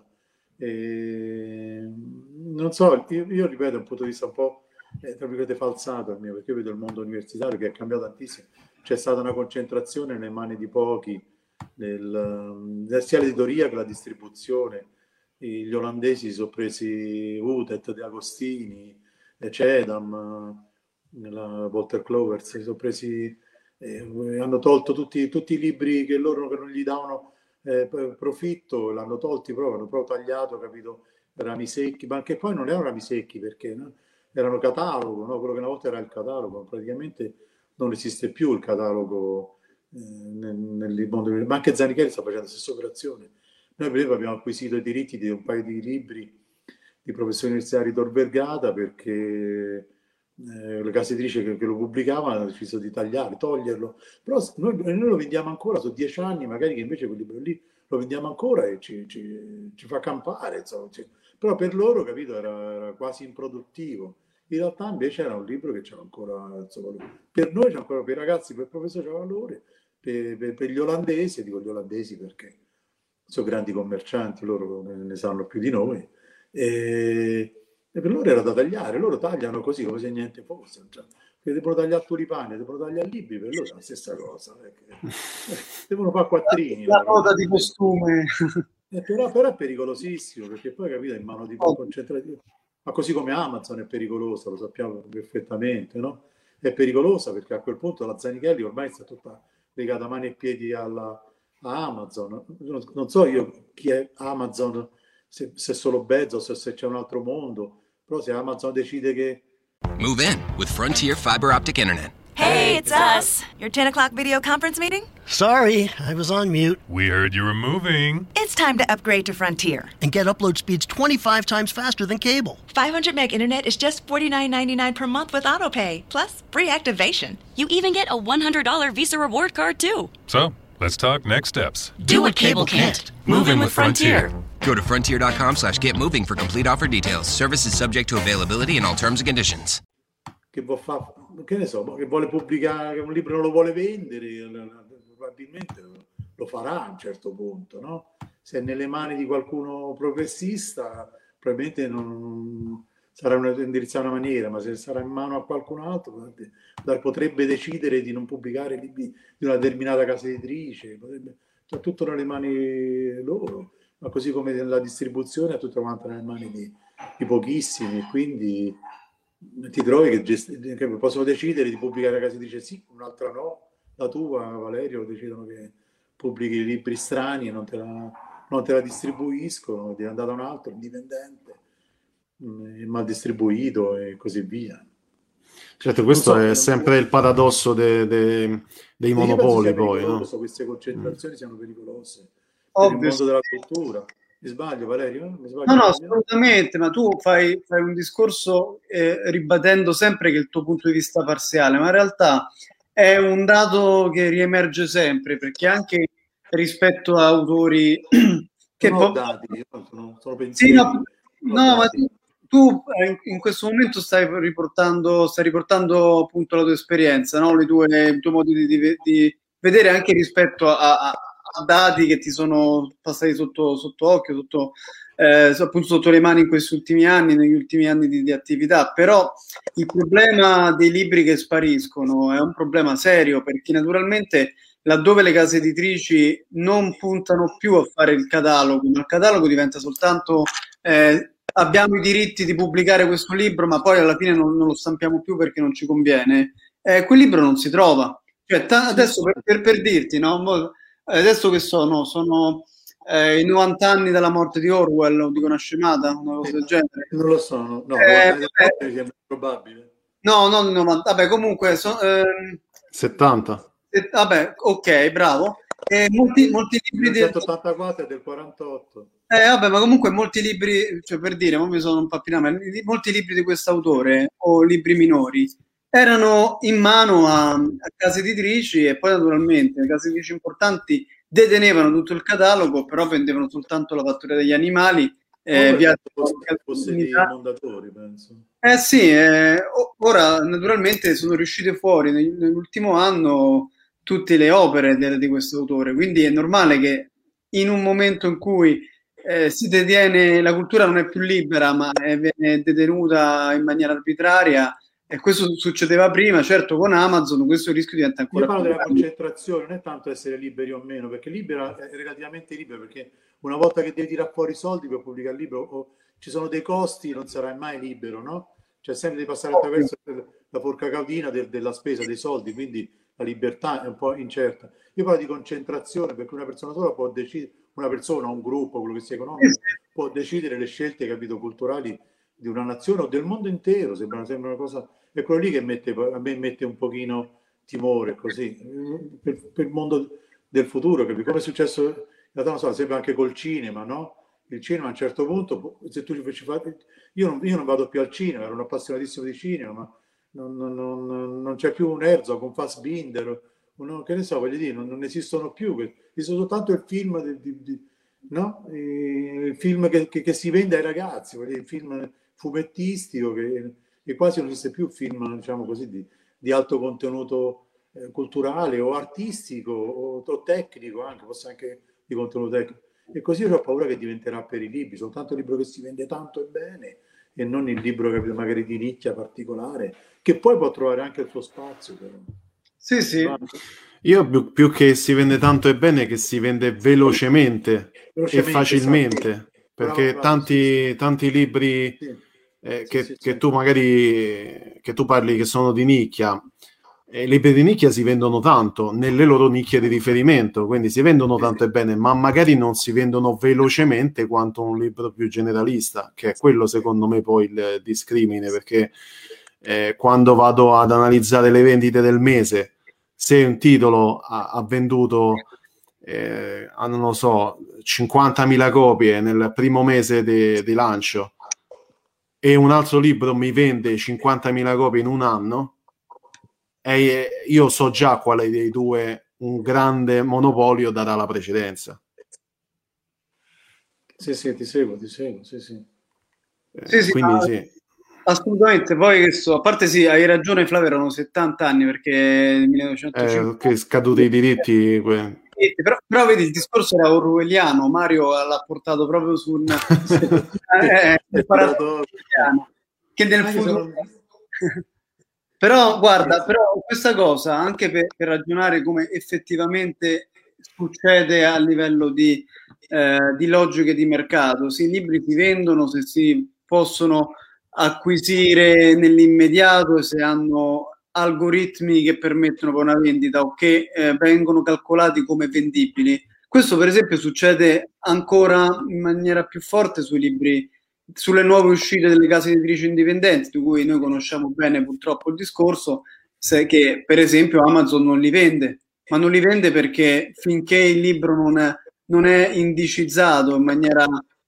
E non so, io, io ripeto, da un punto di vista un po' eh, tra virgolette falsato il mio, perché io vedo il mondo universitario che è cambiato tantissimo. C'è stata una concentrazione nelle mani di pochi, nel, sia l'editoria che la distribuzione. Gli olandesi si sono presi Utet, De Agostini, Cedam, la Walter Clovers, si sono presi, eh, hanno tolto tutti, tutti i libri che loro che non gli davano eh, profitto, l'hanno tolti proprio, hanno proprio tagliato, capito, rami secchi, ma anche poi non erano rami secchi perché no? Erano catalogo, no? Quello che una volta era il catalogo, praticamente non esiste più il catalogo eh, nel, nel mondo, ma anche Zanichelli sta facendo la stessa operazione. Noi per esempio abbiamo acquisito i diritti di un paio di libri di professori universitari Tor Vergata perché eh, le case editrici che, che lo pubblicavano hanno deciso di tagliare, toglierlo. Però noi, noi lo vendiamo ancora, sono dieci anni magari che invece quel libro lì lo vendiamo ancora e ci, ci, ci fa campare. Insomma. Ci, però per loro, capito, era, era quasi improduttivo. In realtà invece era un libro che c'era ancora il suo valore. Per noi c'è ancora, per i ragazzi, per il professore c'era valore, per, per, per gli olandesi, dico gli olandesi perché sono grandi commercianti, loro ne, ne sanno più di noi, e, e per loro era da tagliare, loro tagliano così come se niente fosse, cioè, devono tagliare tulipani, devono tagliare libri, per loro è la stessa cosa, perché, eh, devono fare quattrini. La nota di costume. Eh, però, però è pericolosissimo, perché poi capito in mano di Oh. concentrativo, ma così come Amazon è pericolosa, lo sappiamo perfettamente, no? È pericolosa perché a quel punto la Zanichelli ormai sta tutta legata a mani e piedi alla, a Amazon. Non, non so io chi è Amazon, se, se è solo Bezos, se c'è un altro mondo, però se Amazon decide che... Move in with Frontier Fiber Optic Internet. Hey, it's us. Your ten o'clock video conference meeting? Sorry, I was on mute. We heard you were moving. It's time to upgrade to Frontier. And get upload speeds twenty-five times faster than cable. five hundred meg internet is just forty-nine ninety-nine per month with AutoPay, plus free activation. You even get a one hundred dollars Visa reward card, too. So, let's talk next steps. Do what cable can't. Move in with Frontier. Go to frontier.com slash get moving for complete offer details. Services subject to availability and all terms and conditions. Che vuol fare, che ne so, che vuole pubblicare, che un libro non lo vuole vendere, probabilmente lo farà a un certo punto, no? Se è nelle mani di qualcuno progressista, probabilmente non sarà una, indirizzata una maniera, ma se sarà in mano a qualcun altro, potrebbe decidere di non pubblicare libri di una determinata casa editrice, potrebbe, cioè, tutto nelle mani loro, ma così come la distribuzione è tutto quanto nelle mani di, di pochissimi, quindi ti trovi che, gest- che possono decidere di pubblicare la casa editrice sì, un'altra no, la tua Valerio decidono che pubblichi libri strani e non te la, non te la distribuiscono, devi andare da un altro indipendente, mh, mal distribuito e così via. Certo, questo so, è sempre non... il paradosso de, de, dei monopoli, poi, no? Queste concentrazioni mm. siano pericolose Ovvio. Per il mondo della cultura. Mi sbaglio, Valerio? Mi sbaglio, no, no, Valerio? assolutamente, ma tu fai, fai un discorso eh, ribadendo sempre che il tuo punto di vista parziale, ma in realtà è un dato che riemerge sempre, perché anche rispetto a autori che... Non ho dati, sono, sono pensieri. Sì, no, no ma tu, tu in questo momento stai riportando, stai riportando appunto la tua esperienza, no? Le tue, il tuo modo di, di, di vedere anche rispetto a, a dati che ti sono passati sotto, sotto occhio, sotto, eh, appunto sotto le mani in questi ultimi anni, negli ultimi anni di, di attività. Però il problema dei libri che spariscono è un problema serio, perché naturalmente laddove le case editrici non puntano più a fare il catalogo, ma il catalogo diventa soltanto eh, abbiamo i diritti di pubblicare questo libro, ma poi alla fine non, non lo stampiamo più perché non ci conviene, eh, quel libro non si trova. Cioè, t- adesso per, per, per dirti, no? Adesso che sono? Sono eh, i novanta anni dalla morte di Orwell, o dico una scemata, una cosa del genere. Non lo so, no, eh, mi sembra probabile. No, non novanta, vabbè, comunque so, ehm, settanta. Eh, vabbè, ok, bravo. Eh, molti, molti libri del ottantaquattro è del quarantotto. Eh, vabbè, ma comunque molti libri, cioè per dire, ma mi sono un pappinato, molti libri di quest'autore o libri minori erano in mano a, a case editrici e poi naturalmente le case editrici importanti detenevano tutto il catalogo, però vendevano soltanto La fattoria degli animali. Eh, via fosse dei mondatori, penso. Eh sì, eh, ora naturalmente sono riuscite fuori nell'ultimo anno tutte le opere de- di questo autore, quindi è normale che in un momento in cui eh, si detiene, la cultura non è più libera ma è, è detenuta in maniera arbitraria. E questo succedeva prima, certo con Amazon questo rischio diventa ancora più. Io parlo più della concentrazione, non è tanto essere liberi o meno, perché libera è relativamente libero, perché una volta che devi tirare fuori i soldi per pubblicare il libro, o ci sono dei costi, non sarai mai libero, no? Cioè sempre devi passare attraverso la forca caudina del, della spesa, dei soldi, quindi la libertà è un po' incerta. Io parlo di concentrazione, perché una persona sola può decidere, una persona, un gruppo, quello che sia economico, può decidere le scelte, capito, culturali di una nazione o del mondo intero. Sembra, sembra una cosa, è quello lì che mette, a me mette un pochino timore, così per, per il mondo del futuro, capito? Come è successo in realtà, non so, sembra anche col cinema, no? Il cinema a un certo punto, se tu ci fai, io non, io non vado più al cinema, ero un appassionatissimo di cinema, ma non, non, non, non c'è più un Herzog, un Fassbinder, uno, che ne so, voglio dire, non, non esistono più, esiste soltanto il film di, di, di, no? Il film che, che, che si vende ai ragazzi, voglio dire, il film fumettistico, che, che quasi non esiste più il film, diciamo così, di, di alto contenuto eh, culturale o artistico o, o tecnico, anche, forse anche di contenuto tecnico. E così io ho paura che diventerà per i libri, soltanto il libro che si vende tanto e bene, e non il libro che magari di nicchia particolare, che poi può trovare anche il suo spazio. Però. Sì, sì. Ma... Io più, più che si vende tanto e bene, che si vende velocemente, velocemente e facilmente, esatto. Perché bravo, bravo, tanti, sì, sì. tanti libri sì. Eh, sì, che, sì, che sì. tu magari che tu parli che sono di nicchia, e i libri di nicchia si vendono tanto nelle loro nicchie di riferimento, quindi si vendono tanto e bene, ma magari non si vendono velocemente quanto un libro più generalista, che è quello secondo me poi il discrimine, perché eh, quando vado ad analizzare le vendite del mese, se un titolo ha, ha venduto eh, non lo so cinquantamila copie nel primo mese di, di lancio e un altro libro mi vende cinquantamila copie in un anno, e io so già quale dei due un grande monopolio darà la precedenza. Sì, sì, ti seguo, ti seguo, sì, sì. Eh, sì, sì, quindi ma... sì. Assolutamente, poi che so, a parte sì, hai ragione Flavio, erano settanta anni perché nel millenovecentocinquanta... Eh, che scaduti i diritti... Que... Però, però vedi, il discorso era orwelliano, Mario l'ha portato proprio su un... eh, che nel futuro... Però guarda, però questa cosa, anche per, per ragionare come effettivamente succede a livello di, eh, di logiche di mercato, se i libri si vendono, se si possono acquisire nell'immediato, se hanno algoritmi che permettono poi una vendita o che eh, vengono calcolati come vendibili. Questo per esempio succede ancora in maniera più forte sui libri, sulle nuove uscite delle case editrici indipendenti, di cui noi conosciamo bene purtroppo il discorso, se che per esempio Amazon non li vende, ma non li vende perché finché il libro non è, non è indicizzato in maniera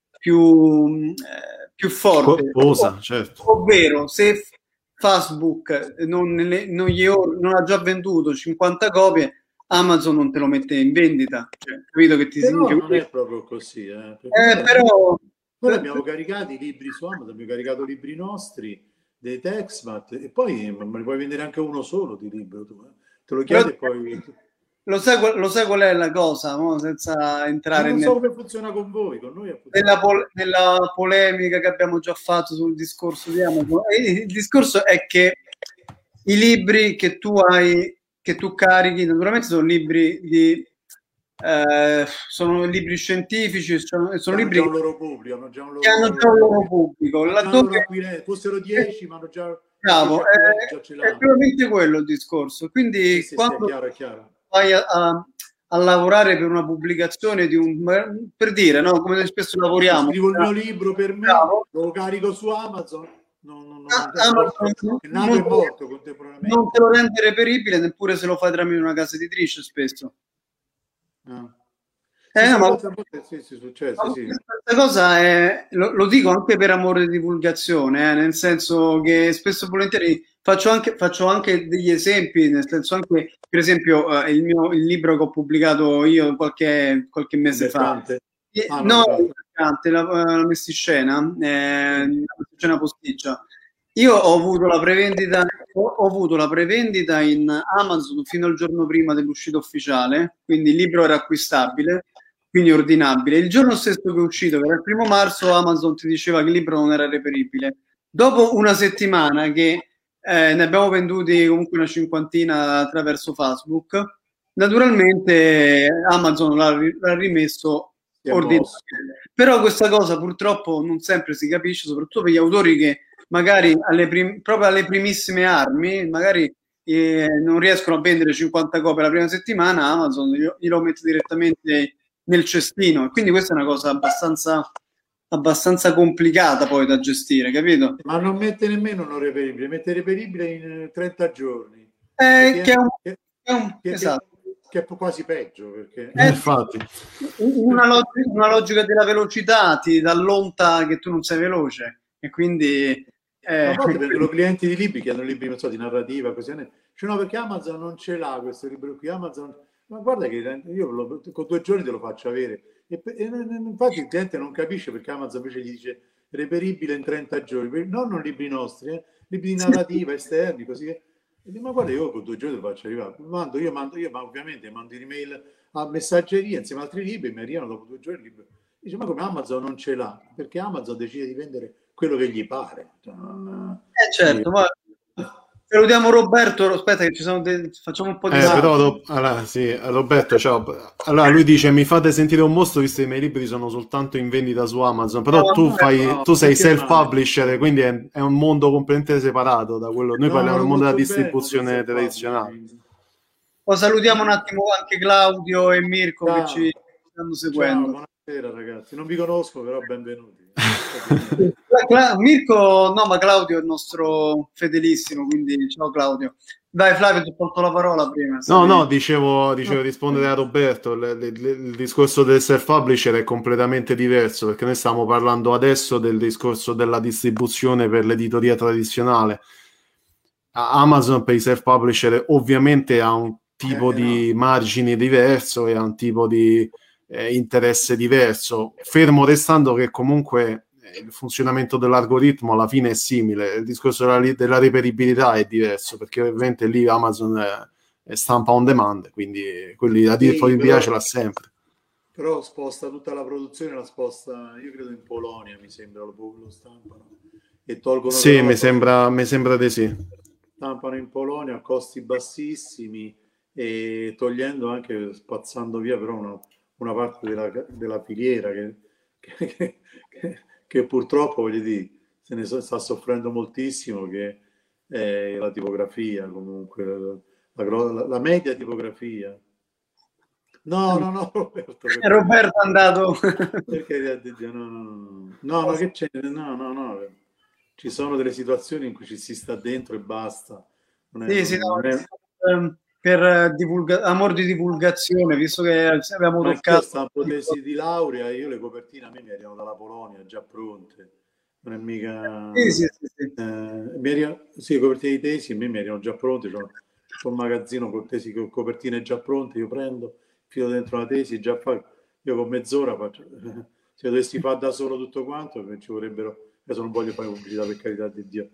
più... Eh, più forte, Corposa, certo. Ovvero se Facebook non, non, gli or- non ha già venduto cinquanta copie, Amazon non te lo mette in vendita, cioè, capito che ti però significa? Non è proprio così, eh, eh, però noi abbiamo caricato i libri su Amazon, abbiamo caricato libri nostri dei Texmat e poi me ne puoi vendere anche uno solo di libro tu, eh. Te lo chiedi però... e poi Lo sai, lo sai qual è la cosa, no? Senza entrare non so nel, come funziona con voi, con noi nella, pol- nella polemica che abbiamo già fatto sul discorso di Amazon. Il discorso è che i libri che tu hai, che tu carichi, naturalmente sono libri di eh, sono libri scientifici, sono, sono hanno libri già un loro pubblico, hanno già un loro, che hanno già un loro pubblico. Laddove fossero dieci, ma hanno già bravo, è, è veramente quello il discorso. Quindi sì, sì, quando sì, è chiaro, è chiaro. vai a, a, a lavorare per una pubblicazione di un, per dire, no, come noi spesso lavoriamo, scrivo il mio libro per me, bravo. Lo carico su Amazon, non, non, non, ah, è Amazon non, non, è morto contemporaneamente. Non te lo rende reperibile neppure se lo fai tramite una casa editrice spesso. Ah. Eh, sì, no, ma sì, sì, succede, sì. Questa cosa è, lo, lo dico anche per amore di divulgazione, eh, nel senso che spesso e volentieri faccio anche, faccio anche degli esempi, nel senso anche per esempio eh, il mio il libro che ho pubblicato io qualche, qualche mese fa, eh, ah, no, no la, la mestiscena, eh, la mestiscena posticcia. Io ho avuto la prevendita, ho, ho avuto la prevendita in Amazon fino al giorno prima dell'uscita ufficiale, quindi il libro era acquistabile, quindi ordinabile. Il giorno stesso che è uscito, che era il primo marzo, Amazon ti diceva che il libro non era reperibile. Dopo una settimana che eh, ne abbiamo venduti comunque una cinquantina attraverso Facebook, naturalmente Amazon l'ha, l'ha rimesso ordinabile. Però questa cosa purtroppo non sempre si capisce, soprattutto per gli autori che magari alle prim- proprio alle primissime armi, magari eh, non riescono a vendere cinquanta copie la prima settimana, Amazon glielo mette direttamente nel cestino, e quindi questa è una cosa abbastanza abbastanza complicata poi da gestire, capito? Ma non mette nemmeno non reperibile, mette reperibile in trenta giorni. Eh, che è un, che, è un che, esatto. Che, che è quasi peggio, perché eh, infatti una logica, una logica della velocità ti dà l'onta che tu non sei veloce, e quindi Eh, a volte vengono clienti di libri che hanno libri, non so, di narrativa, così. Cioè, no, perché Amazon non ce l'ha questo libro qui. Amazon, ma guarda che io lo, con due giorni te lo faccio avere. E, e infatti il cliente non capisce perché Amazon invece gli dice reperibile in trenta giorni. Non, non libri nostri, eh, libri di narrativa esterni, così. E dico, ma guarda, io con due giorni lo faccio arrivare. Mando, io mando, io ma ovviamente mando un'email a messaggeria insieme ad altri libri, mi arrivano dopo due giorni. Dice, ma come Amazon non ce l'ha? Perché Amazon decide di vendere quello che gli pare. Cioè, non... Eh certo, ma salutiamo Roberto, aspetta che ci sono dei... facciamo un po' di... Eh, però, Ro- allora, sì, Roberto, ciao. Allora, lui dice, mi fate sentire un mostro visto che i miei libri sono soltanto in vendita su Amazon, però no, tu, no, fai, no, tu sei perché self-publisher, quindi è, è un mondo completamente separato da quello... Noi no, parliamo del mondo della bene, distribuzione tradizionale. Oh, salutiamo un attimo anche Claudio e Mirko Ciao. che ci stanno seguendo. Ciao, buonasera ragazzi, non vi conosco però benvenuti. Mirko, no, ma Claudio è il nostro fedelissimo, quindi ciao Claudio. Dai Flavio, ti ho tolto la parola prima. No, no, dicevo, dicevo rispondere a Roberto, le, le, le, il discorso del self-publisher è completamente diverso, perché noi stiamo parlando adesso del discorso della distribuzione per l'editoria tradizionale. Amazon per i self-publisher ovviamente ha un tipo eh, di no. margine diverso e ha un tipo di eh, interesse diverso, fermo restando che comunque il funzionamento dell'algoritmo alla fine è simile. Il discorso della, della reperibilità è diverso, perché ovviamente lì Amazon è, è stampa on demand, quindi quelli la disponibilità sì, ce l'ha sempre. Però sposta tutta la produzione, la sposta, io credo in Polonia, mi sembra, lo, lo stampano e tolgono... Sì, mi sembra, mi sembra di sì. Stampano in Polonia a costi bassissimi e togliendo anche, spazzando via però una, una parte della, della filiera che, che, che, che purtroppo, voglio dire, se ne sta soffrendo moltissimo, che è la tipografia, comunque, la, la, la media tipografia. No, no, no, Roberto. Perché, Roberto è andato. Perché no, no, no, no, no, che c'è? No, no, no. Ci sono delle situazioni in cui ci si sta dentro e basta. Non è, sì, non, sì, non no, è... per divulga- amor di divulgazione, visto che abbiamo toccato... stampo tesi di laurea, io le copertine a me mi arrivano dalla Polonia già pronte. Non è mica... Sì, sì, sì. sì. Eh, mi arrivano... sì, le copertine di tesi a me mi arrivano già pronte. C'ho un magazzino con tesi con copertine già pronte, io prendo, filo dentro la tesi, già fa... io con mezz'ora faccio... Se dovessi fare da solo tutto quanto, ci vorrebbero... Adesso non voglio fare pubblicità, per carità di Dio,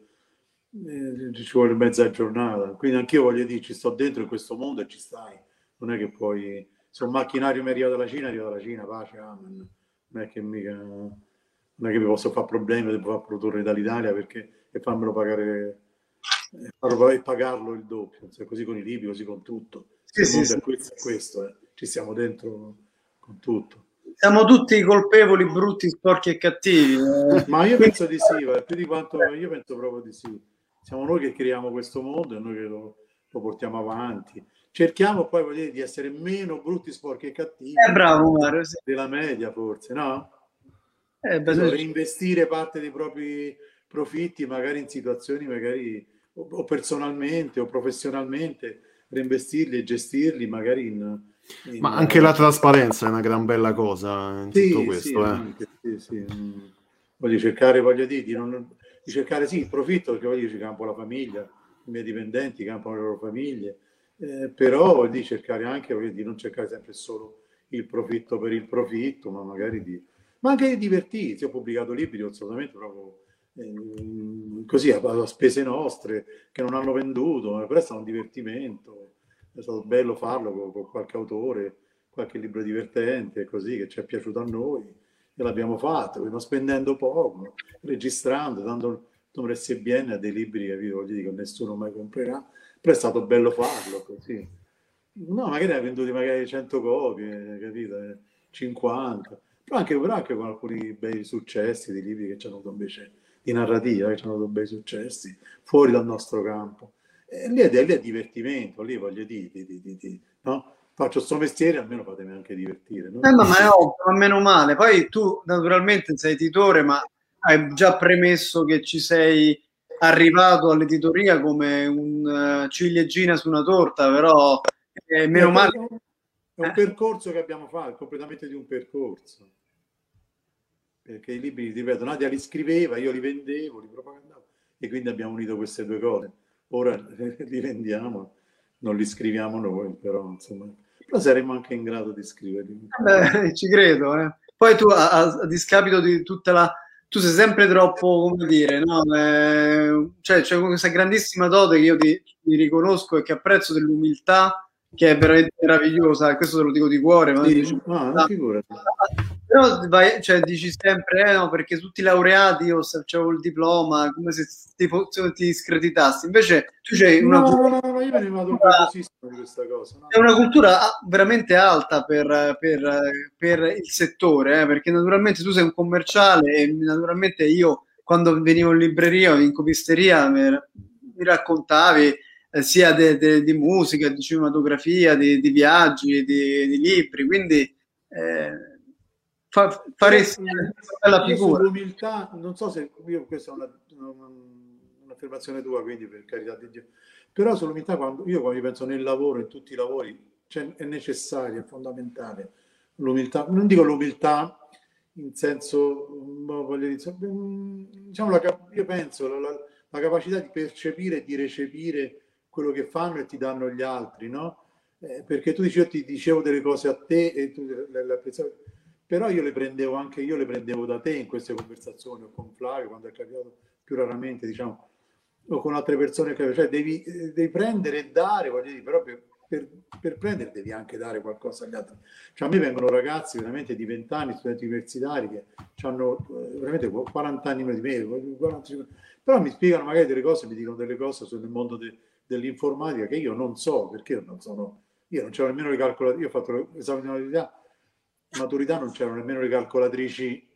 eh, ci vuole mezza giornata, quindi anch'io voglio dire, ci sto dentro in questo mondo e ci stai, non è che poi, se un macchinario mi arriva dalla Cina, arriva dalla Cina, pace, amen. Non è che mica, non è che mi posso fare problemi, devo far produrre dall'Italia perché, e farmelo pagare, e, farlo, e pagarlo il doppio, cioè, così con i libri, così con tutto, sì, sì, sì. È questo, è questo eh. Ci siamo dentro con tutto. Siamo tutti colpevoli, brutti, sporchi e cattivi. Eh. Ma io penso di sì, più di quanto io penso proprio di sì. Siamo noi che creiamo questo mondo e noi che lo, lo portiamo avanti. Cerchiamo poi voglio dire, di essere meno brutti, sporchi e cattivi. È eh, bravo, Mario, sì. Della media, forse, no? Eh, beh, reinvestire parte dei propri profitti, magari in situazioni, magari o, o personalmente o professionalmente, reinvestirli e gestirli, magari in. in Ma anche la trasparenza è una gran bella cosa in sì, tutto questo. Sì, eh. anche, sì, sì. Voglio cercare, voglio dire, di, non, di cercare sì il profitto, perché voglio dire, ci campo la famiglia, i miei dipendenti campano le loro famiglie, eh, però voglio dire, cercare anche voglio dire, di non cercare sempre solo il profitto per il profitto, ma magari di, ma anche di divertirsi. Ho pubblicato libri assolutamente proprio eh, così a, a spese nostre, che non hanno venduto, però è stato un divertimento. È stato bello farlo con, con qualche autore, qualche libro divertente, così, che ci è piaciuto a noi, e l'abbiamo fatto, non spendendo poco, registrando, dando un R S B N a dei libri che voglio dire, che nessuno mai comprerà, però è stato bello farlo così. No, magari ne ha venduti magari cento copie, capito? cinquanta, però anche, però anche con alcuni bei successi di libri che ci hanno avuto invece di narrativa, che ci hanno avuto bei successi, fuori dal nostro campo. E lì, è, lì è divertimento, lì voglio dire, di, di, di, di, no? Faccio sto mestiere, almeno fatemi anche divertire. No? Eh, ma, ma, è ovvio, ma meno male. Poi tu naturalmente sei editore, ma hai già premesso che ci sei arrivato all'editoria come un uh, ciliegina su una torta, però eh, meno è male. È un eh. percorso che abbiamo fatto, completamente di un percorso. Perché i libri, ripeto, Nadia li scriveva, io li vendevo, li propagandavo, e quindi abbiamo unito queste due cose. Ora li vendiamo, non li scriviamo noi, però insomma, però saremo anche in grado di scriverli. Beh, ci credo. Eh. Poi tu, a, a discapito di tutta la, tu sei sempre troppo, come dire, no? Eh, cioè c'è questa grandissima dote che io ti, ti riconosco e che apprezzo dell'umiltà, che è veramente meravigliosa, e questo te lo dico di cuore, ma Sì, dici, no, ah, figurati. però vai, cioè, dici sempre, eh, no, perché tutti i laureati io avevo il diploma, come se ti, se ti screditassi, invece tu c'hai una No, cultura, no, no, no, io me ne vado orgogliosissimo di questa cosa. No? è una cultura veramente alta per, per, per il settore, eh, perché naturalmente tu sei un commerciale e naturalmente io quando venivo in libreria o in copisteria mi, mi raccontavi eh, sia de, de, di musica, di cinematografia, di, di viaggi, di, di libri, quindi eh, fa, faresti una bella figura. Sull'umiltà, non so se io, questa è una, una, un'affermazione tua, quindi per carità di Dio, però sull'umiltà, quando io quando penso nel lavoro, in tutti i lavori, cioè, è necessaria, è fondamentale l'umiltà. Non dico l'umiltà in senso, voglio dire, diciamo, la, io penso la, la, la capacità di percepire e di recepire quello che fanno e ti danno gli altri, no? Eh, perché tu dici, io ti dicevo delle cose a te e tu le, le apprezzavi, però io le prendevo anche io le prendevo da te in queste conversazioni, o con Flavio quando è capitato, più raramente, diciamo, o con altre persone, che, cioè devi, devi prendere e dare, voglio dire, però per, per, per prendere devi anche dare qualcosa agli altri. Cioè a me vengono ragazzi veramente di venti anni, studenti universitari, che hanno eh, veramente quaranta anni meno di me, quaranta, però mi spiegano magari delle cose, mi dicono delle cose sul mondo de, dell'informatica che io non so, perché io non sono, io non c'ero nemmeno le calcolatrici, io ho fatto l'esame di maturità, maturità non c'erano nemmeno le calcolatrici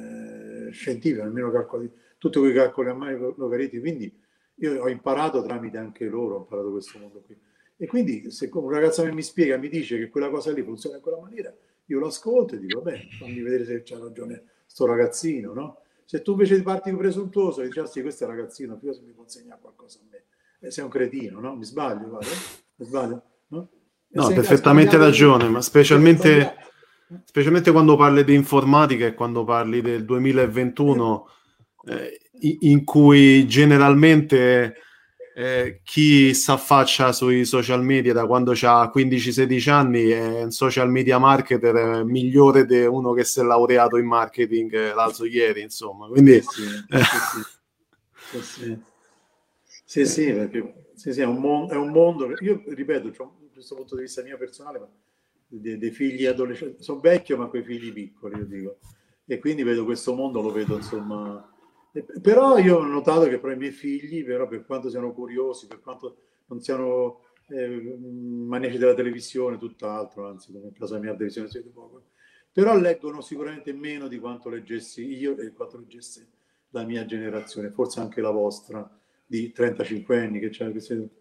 eh, scientifiche, nemmeno calcolatrici, tutti quei calcoli a mano logaritmi, quindi io ho imparato tramite anche loro, ho imparato questo mondo qui. E quindi se un ragazzo mi spiega, mi dice che quella cosa lì funziona in quella maniera, io lo ascolto e dico, vabbè, fammi vedere se c'ha ragione sto ragazzino, no? Se tu invece parti presuntuoso e dici, ah sì, questo è un ragazzino, più se mi consegna qualcosa a me, eh, sei un cretino, no? Mi sbaglio, vale? Mi sbaglio? No, no perfettamente ragione, ma specialmente, specialmente quando parli di informatica e quando parli del duemilaventuno, eh, in cui generalmente eh, chi si affaccia sui social media da quando ha quindici sedici anni è un social media marketer migliore di uno che si è laureato in marketing eh, l'altro ieri, insomma, quindi sì, eh. sì, sì, sì. sì, sì, perché sì, sì, è, un mondo, è un mondo, io ripeto, cioè, da questo punto di vista mio personale, ma dei, dei figli adolescenti, sono vecchio ma quei figli piccoli, io dico, e quindi vedo questo mondo, lo vedo insomma. Però io ho notato che però i miei figli, però per quanto siano curiosi, per quanto non siano eh, maniaci della televisione, tutt'altro, anzi, in casa mia la televisione si vede poco, però leggono sicuramente meno di quanto leggessi io e quanto leggesse la mia generazione, forse anche la vostra, di trentacinque anni, che c'è, che siete,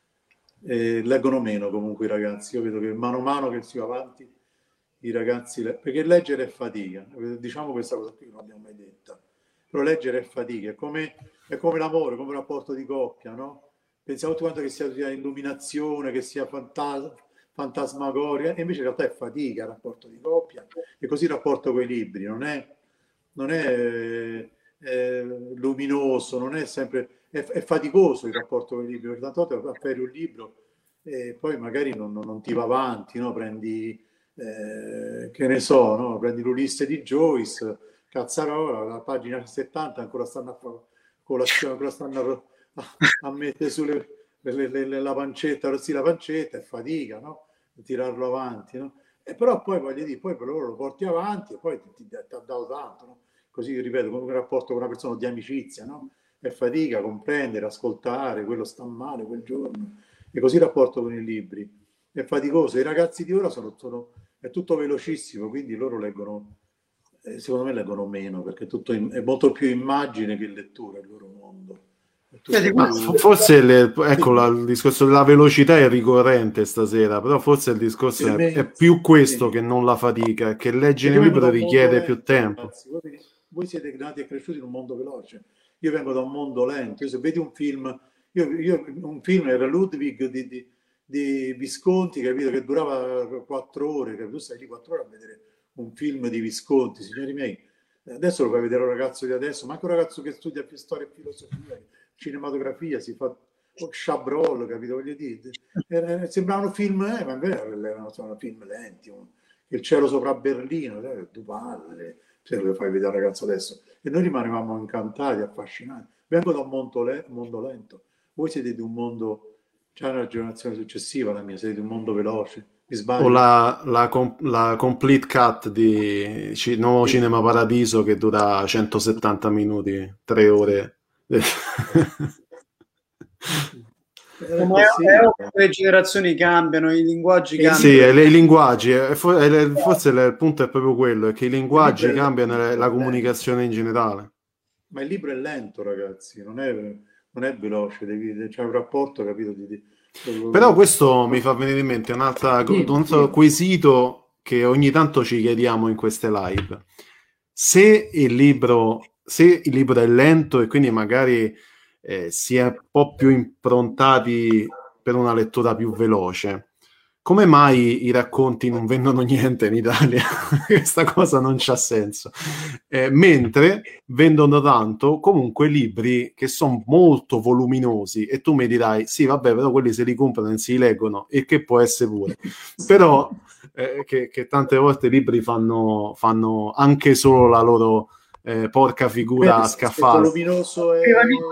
eh, leggono meno comunque i ragazzi. Io vedo che mano a mano che si va avanti, i ragazzi, perché leggere è fatica, diciamo questa cosa qui non l'abbiamo mai detta. Però leggere è fatica, è come, è come l'amore, come un rapporto di coppia, no? Pensiamo tutti quanto che sia illuminazione, che sia fantas- fantasmagoria, e invece in realtà è fatica il rapporto di coppia, e così il rapporto con i libri non è, non è, è luminoso, non è sempre, è, è faticoso il rapporto con i libri, perché tante volte afferi un libro e poi magari non, non ti va avanti, no? Prendi, eh, che ne so, no? Prendi l'Ulisse di Joyce, cazzarola, la pagina settanta ancora stanno a fare colazione, ancora stanno a, a mettere sulle le, le, le, la pancetta, sì, la pancetta è fatica, no? Tirarlo avanti, no? E però poi voglio dire, poi per loro lo porti avanti e poi ti, ti, ti ha dato tanto, no? Così ripeto, come un rapporto con una persona di amicizia, no? È fatica comprendere, ascoltare, quello sta male quel giorno, e così il rapporto con i libri è faticoso. I ragazzi di ora sono, sono è tutto velocissimo, quindi loro leggono, secondo me leggono meno, perché tutto in, è molto più immagine che lettura il loro mondo. Ma forse le, ecco, la, il discorso della velocità è ricorrente stasera, però forse il discorso è, è più questo che non la fatica, che leggere un libro richiede più tempo. Ragazzi, voi, voi siete nati e cresciuti in un mondo veloce, io vengo da un mondo lento. Io se vedi un film, io, io un film era Ludwig di, di, di Visconti, capito, che durava quattro ore, capito? Tu stai lì quattro ore a vedere un film di Visconti, signori miei. Adesso lo fai vedere un ragazzo di adesso, ma anche un ragazzo che studia più storia e filosofia, cinematografia, si fa Chabrol, capito? Voglio dire, eh, sembravano film, eh, ma in verità erano film lenti. Un, Il cielo sopra Berlino, eh, Duvalle, se lo fai vedere al ragazzo adesso. E noi rimanevamo incantati, affascinati. Vengo da un mondo, le- mondo lento, voi siete di un mondo, c'è una generazione successiva alla mia, siete di un mondo veloce, mi O sbaglio? la, la, com- la complete cut di Ci- Nuovo Sì, Cinema Paradiso che dura centosettanta minuti, tre ore. era Come è, così. è ovvio che le generazioni cambiano, i linguaggi E cambiano. Sì, e le- i linguaggi, eh, fo- eh, le- forse il punto è proprio quello, è che i Il linguaggi libro è cambiano e lento, la è comunicazione in generale. Ma il libro è lento, ragazzi, non è, non è veloce, devi, c'è un rapporto, capito? Di, di- Però questo mi fa venire in mente un'altra, Sì, un altro sì. quesito che ogni tanto ci chiediamo in queste live. Se il libro, se il libro è lento e quindi magari eh, si è un po' più improntati per una lettura più veloce, come mai i racconti non vendono niente in Italia? Questa cosa non c'ha senso. Eh, mentre vendono tanto comunque libri che sono molto voluminosi e tu mi dirai, sì vabbè, però quelli se li comprano e si leggono, e che può essere pure. Però eh, che, che tante volte i libri fanno, fanno anche solo la loro eh, porca figura a Vedi, se è scaffale. voluminoso è,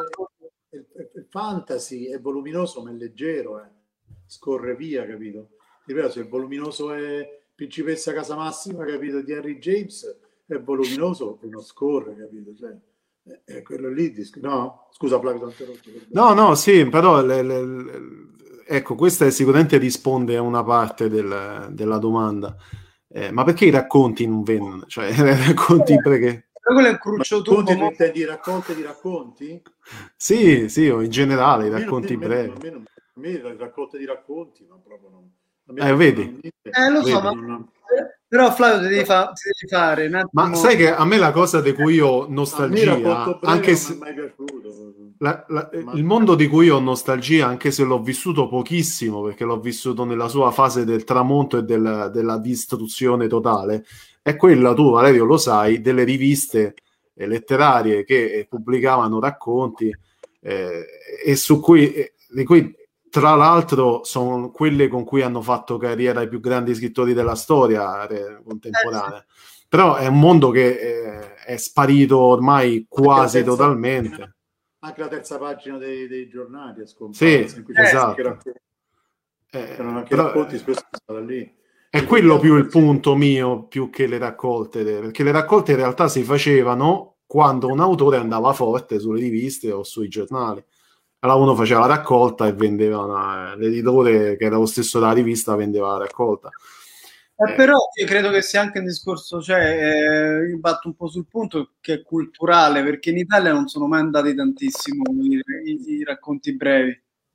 è, è- è fantasy, è voluminoso ma è leggero, eh. Scorre via, capito? Ripeto, se il voluminoso è Principessa Casamassima, capito, di Henry James, è voluminoso e non scorre, capito? Cioè, è, è quello lì, dis- no? Scusa Flavio, ti ho interrotto, perdono. No, no, sì, però le- le- le- ecco, questa sicuramente risponde a una parte del- della domanda. Eh, ma perché i racconti non vendono? Cioè, i racconti perché... Però quello è un Ma cruccio turbo. racconti, tu mo- intendi raccolte di racconti? Sì, sì, o in generale, i A me, non- racconti a me, brevi. a me, non- a me le raccolte di racconti, ma proprio non. A me Eh, non- vedi? non- Eh, lo so, Vedi? ma non- però Flavio ti devi, fa- ti devi fare un Ma attimo. sai che a me la cosa di cui ho A me il nostalgia, racconto breve anche non mi se... è mai piaciuto. La- la- Ma- il mondo di cui ho nostalgia, anche se l'ho vissuto pochissimo, perché l'ho vissuto nella sua fase del tramonto e del- della distruzione totale, è quella, tu Valerio lo sai, delle riviste eh, letterarie che eh, pubblicavano racconti eh, e su cui, eh, di cui tra l'altro sono quelle con cui hanno fatto carriera i più grandi scrittori della storia eh, contemporanea. Però è un mondo che eh, è sparito ormai quasi terza- totalmente. Anche la terza pagina dei, dei giornali è scomparsa. Sì, in cui c'erano esatto. anche i racconti, Eh, c'erano anche i però, racconti, eh, spesso stava lì. è quello più il punto mio, più che le raccolte, perché le raccolte in realtà si facevano quando un autore andava forte sulle riviste o sui giornali. Allora uno faceva la raccolta e vendeva una, l'editore, che era lo stesso della rivista, vendeva la raccolta. Eh, però io credo che sia anche un discorso, cioè, eh, io batto un po' sul punto che è culturale, perché in Italia non sono mai andati tantissimo i, i- i racconti brevi.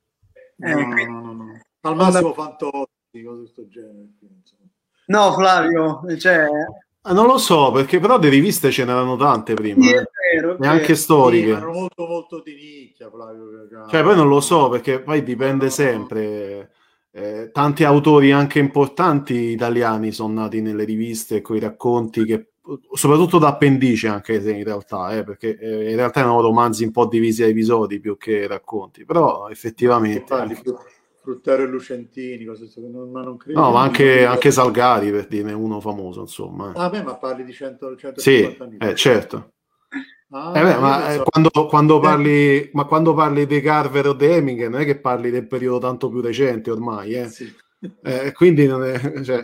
Eh, No, quindi- no, no, no. Al massimo Fantozzi, cose di questo genere. insomma. no, Flavio, cioè, Eh, non lo so, perché però di riviste ce n'erano tante prima, sì, è eh. vero, è E vero. anche Sì, storiche. ma erano molto molto di nicchia, Flavio. Cioè, poi non lo so, perché poi dipende sempre. Eh, tanti autori anche importanti italiani sono nati nelle riviste con i racconti, che, soprattutto da appendice, anche se in realtà, eh, perché eh, in realtà erano romanzi un po' divisi a episodi più che racconti, però effettivamente... Parli, Anche... Fru- Fruttero e Lucentini, cose di questo, non- ma non credo. No, ma io anche, non- anche Salgari, per dirne uno famoso, insomma. eh. Ah, beh, ma parli di cento, Sì, centocinquanta anni fa. eh, certo. Ah, Eh beh, io ma, eh, pensavo- quando, quando parli, ma quando parli di Carver o di Hemingway, non è che parli del periodo tanto più recente ormai, eh. Sì. Eh, quindi non è, cioè,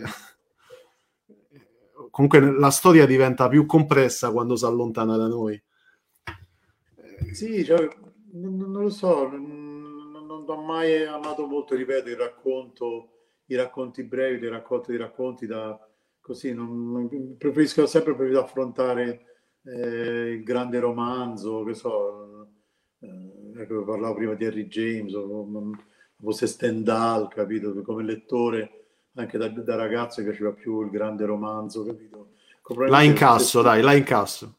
comunque la storia diventa più complessa quando si allontana da noi. Sì, cioè, non, non lo so, non, non- non ho mai amato molto, ripeto, il racconto, i racconti brevi, le raccolte di racconti da così, non, non- preferisco sempre preferito affrontare eh, il grande romanzo, che so, eh, ecco, parlavo prima di Henry James, o fosse Stendhal, capito? Come lettore, anche da, da ragazzo mi piaceva più il grande romanzo, capito? La incasso, dai, la incasso.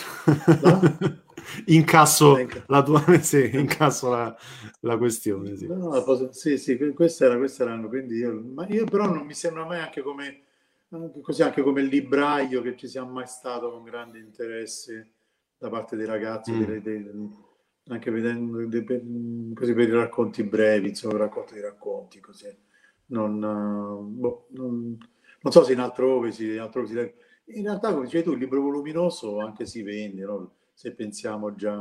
incasso La inca- la tua sì, incasso la, la questione, sì. No, posso- sì, sì, que- queste era, queste erano, quindi io, ma io però non mi sembra mai anche come, anche così, anche come il libraio che ci sia mai stato con grande interesse da parte dei ragazzi, Mm. dei- dei- anche vedendo dei- per- così per i racconti brevi, insomma, racconti di racconti, così. Non, eh, boh, non, non so se in altrove si, in altrove si legge. In realtà, come dicevi tu, il libro voluminoso anche si vende, no? Se pensiamo già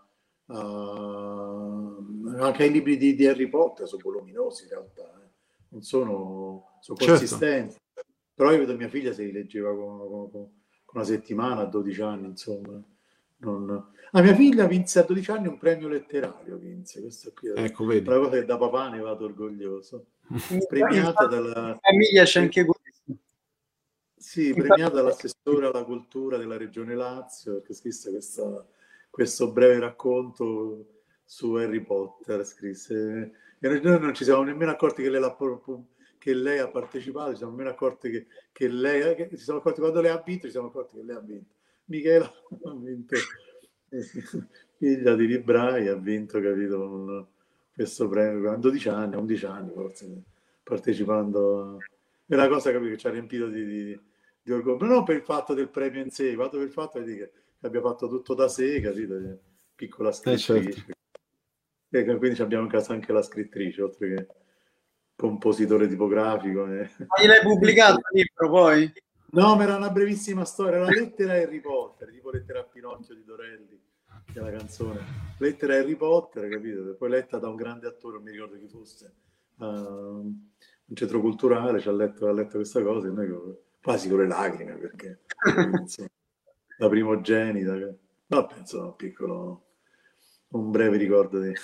a... anche ai libri di, di Harry Potter sono voluminosi in realtà, eh. Non sono, sono consistenti. Certo. Però io vedo mia figlia se li leggeva con, con, con una settimana a dodici anni, insomma. Non... Ah, mia figlia vinse a dodici anni un premio letterario, vinse. Questo qui è ecco, vedi. Una cosa che da papà ne vado orgoglioso. Premiata dalla... famiglia c'è anche questo. Sì, premiata dall'assessore alla cultura della Regione Lazio, perché scrisse questa, questo breve racconto su Harry Potter, scrisse. E noi non ci siamo nemmeno accorti che lei, la, che lei ha partecipato, ci siamo nemmeno accorti che, che lei, che ci siamo accorti quando lei ha vinto, ci siamo accorti che lei ha vinto. Michela ha vinto, figlia di librai, ha vinto, capito, un, questo premio a dodici anni, undici anni forse, partecipando a... È una cosa, capito, che ci ha riempito di, di, di orgoglio, ma non per il fatto del premio in sé, ma per il fatto di che, che abbia fatto tutto da sé, capito, piccola scrittrice. Eh, certo. E quindi abbiamo in casa anche la scrittrice, oltre che compositore tipografico. Eh. Ma gliel'hai pubblicato il libro poi? No, ma era una brevissima storia, la lettera a Harry Potter, tipo Lettera a Pinocchio di Dorelli, che è la canzone. Lettera a Harry Potter, capito? Poi letta da un grande attore, non mi ricordo chi fosse, uh, un centro culturale, ci ha letto, ha letto questa cosa, e noi quasi con le lacrime, perché insomma, la primogenita, no, penso un piccolo, un breve ricordo di,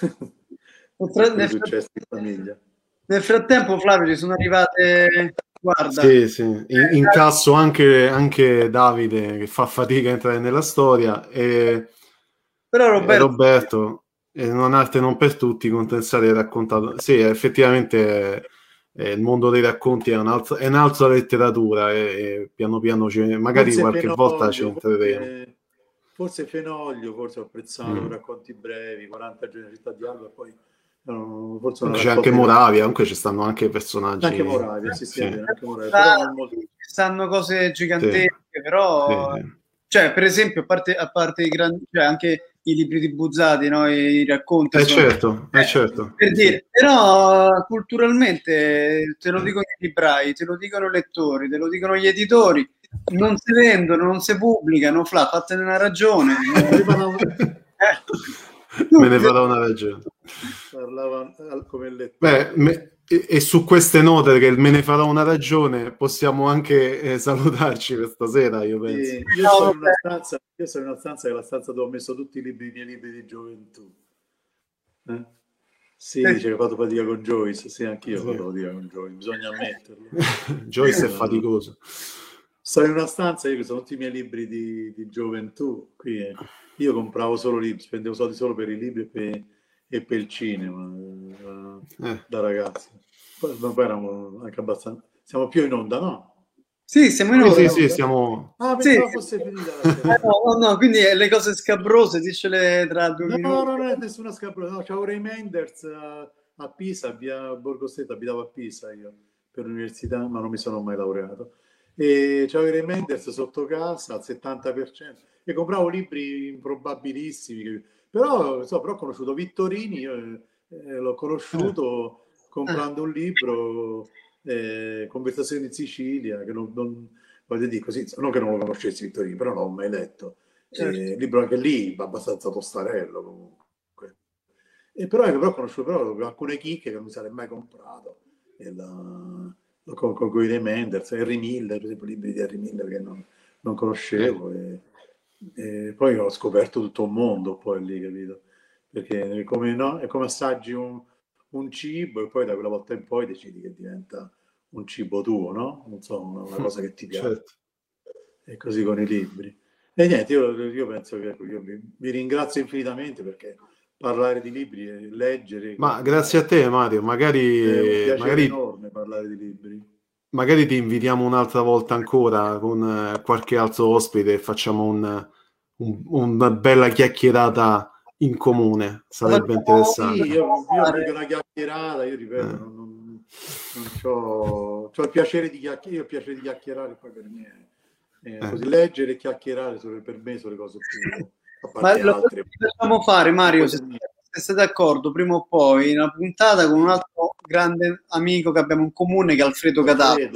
di successo in famiglia. Nel frattempo, Flavio, ci sono arrivate... Guarda. Sì, sì. In, incasso anche, anche Davide che fa fatica a entrare nella storia e, però Roberto, e Roberto e non arte non per tutti, Contensare raccontato. Sì, effettivamente eh, il mondo dei racconti è, un altro, è un'altra letteratura e, e piano piano ci, magari forse qualche Fenoglio, volta ci entreremo. Forse, forse Fenoglio, forse ho apprezzato mm. racconti brevi, quaranta giorni di città di Alba, poi No, forse c'è anche Moravia, comunque ci stanno anche personaggi. Anche Moravia, sì, sì, sì. Anche Moravia, però non molto... stanno cose gigantesche, sì. Però sì. Cioè, per esempio, a parte, a parte i grandi, cioè anche i libri di Buzzati, no? I racconti. Eh sono... certo, eh, certo. Per dire, però culturalmente te lo dicono i librai, te lo dicono i lettori, te lo dicono gli editori, non si vendono, non si pubblicano, Fla, fatene una ragione. eh. Me ne farò una ragione. Parlava come lettore. Beh, me, e, e su queste note che me ne farò una ragione possiamo anche eh, salutarci per stasera, io penso. Sì, io, sono in una stanza, io sono in una stanza che è la stanza dove ho messo tutti i libri, i miei libri di gioventù. Eh? Sì, eh. dice che ho fatto fatica con Joyce. Sì, anch'io sì. ho fatto fatica con Joyce, bisogna ammetterlo. Joyce eh, è faticoso. Sono in una stanza, io che sono tutti i miei libri di, di gioventù qui. Eh. Io compravo solo libri, spendevo soldi solo per i libri e per, e per il cinema eh. da ragazzi. Poi, poi eravamo anche abbastanza. Siamo più in onda, no? Sì, siamo in onda. Sì, sì, sì, siamo. Ah, pensavo sì. fosse finita la serie. no, no, no, quindi le cose scabrose, dicele tra due no, minuti. No, no, non è nessuna scabrosa. No, c'avevo Ray Menders a, a Pisa, via Borgoseto, abitavo a Pisa io per l'università, ma non mi sono mai laureato. E c'avevo Ray Menders sotto casa al settanta per cento. E compravo libri improbabilissimi, che... però, so, però ho conosciuto Vittorini, io, eh, l'ho conosciuto eh. comprando un libro, eh, Conversazioni in Sicilia, che non, non voglio dire così, non che non lo conoscessi Vittorini, però non l'ho mai letto. Certo. Eh, libro anche lì, abbastanza tostarello comunque. E però, però ho conosciuto però, alcune chicche che non mi sarei mai comprato. E la, con, con Guy Menders, Harry Miller, per esempio, libri di Harry Miller che non, non conoscevo. Eh. E, E poi ho scoperto tutto un mondo poi lì, capito? Perché come, no? È come assaggi un, un cibo e poi da quella volta in poi decidi che diventa un cibo tuo, no? Non so, una, una cosa che ti piace. Certo. E così con i libri. E niente, io, io penso che io vi, vi ringrazio infinitamente perché parlare di libri e leggere... Ma grazie a te Mario, magari... È un piacere magari... enorme parlare di libri. Magari ti invitiamo un'altra volta ancora con eh, qualche altro ospite e facciamo un, un, una bella chiacchierata in comune, sarebbe interessante. Sì, io, io dico una chiacchierata, io ripeto, eh. non, non, non c'ho, c'ho il piacere di chiacchierare, io ho il piacere di chiacchierare, poi per me eh, eh. così leggere e chiacchierare sono, per me sono le cose più... Ma lo che facciamo fare, Mario, se, se sei d'accordo, prima o poi, una puntata con un altro grande amico che abbiamo in comune, che è Alfredo Cataldo.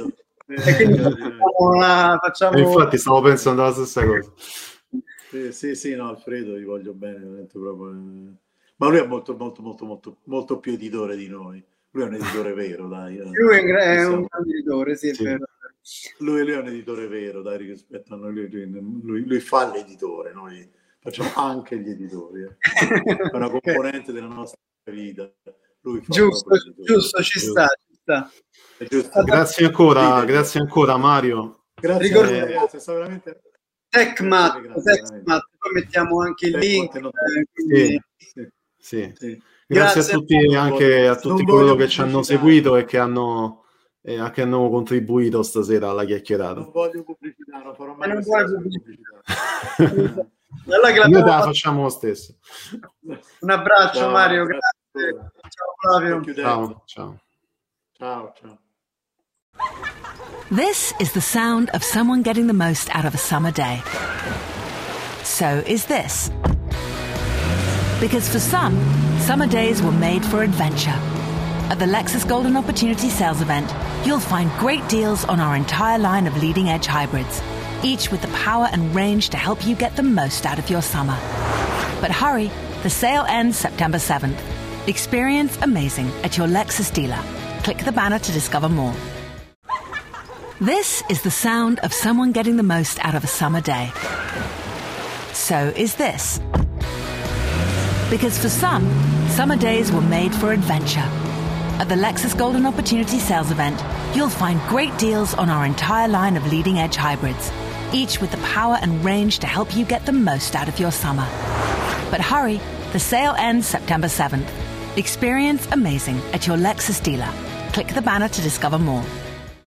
E quindi facciamo una, facciamo... E infatti stavo pensando alla stessa cosa. Sì, sì, sì, no, Alfredo, gli voglio bene, veramente proprio. Ma lui è molto, molto, molto, molto, molto più editore di noi. Lui è un editore vero, dai. Lui è un, è un grande editore, sì, Sì. è vero. Lui, lui è un editore vero, dai, rispetto a noi. Lui, lui, lui, lui fa l'editore, noi facciamo anche gli editori. Eh. È una componente della nostra vita. Lui fa Giusto, l'editore. giusto, ci sta, ci sta. È giusto. Grazie ancora, grazie ancora Mario. Grazie, Ricordo- eh, ragazzi, è stato veramente... TechMat, Grazie, TechMat, poi mettiamo anche il Tech link. Mat, eh, quindi- Sì, sì. Sì. Grazie, Grazie. a tutti, anche a Non tutti voglio coloro che ci hanno pubblicità. seguito e che hanno, e a che hanno contribuito stasera alla chiacchierata. Non voglio pubblicità, non farò mai Ma non questa vuoi pubblicità. Allora che Noi l'abbiamo te la fatto- facciamo lo stesso. Un abbraccio Ciao, Mario, grazie grazie. ancora. Ciao Flavio. Chiudendo. Ciao, ciao. Ciao, ciao. This is the sound of someone getting the most out of a summer day. So is this. Because for some, summer days were made for adventure. At the Lexus Golden Opportunity Sales Event, you'll find great deals on our entire line of leading-edge hybrids, each with the power and range to help you get the most out of your summer. But hurry, the sale ends September seventh. Experience amazing at your Lexus dealer. Click the banner to discover more. This is the sound of someone getting the most out of a summer day. So is this. Because for some, summer days were made for adventure. At the Lexus Golden Opportunity Sales Event, you'll find great deals on our entire line of leading-edge hybrids, each with the power and range to help you get the most out of your summer. But hurry, the sale ends September seventh. Experience amazing at your Lexus dealer. Click the banner to discover more.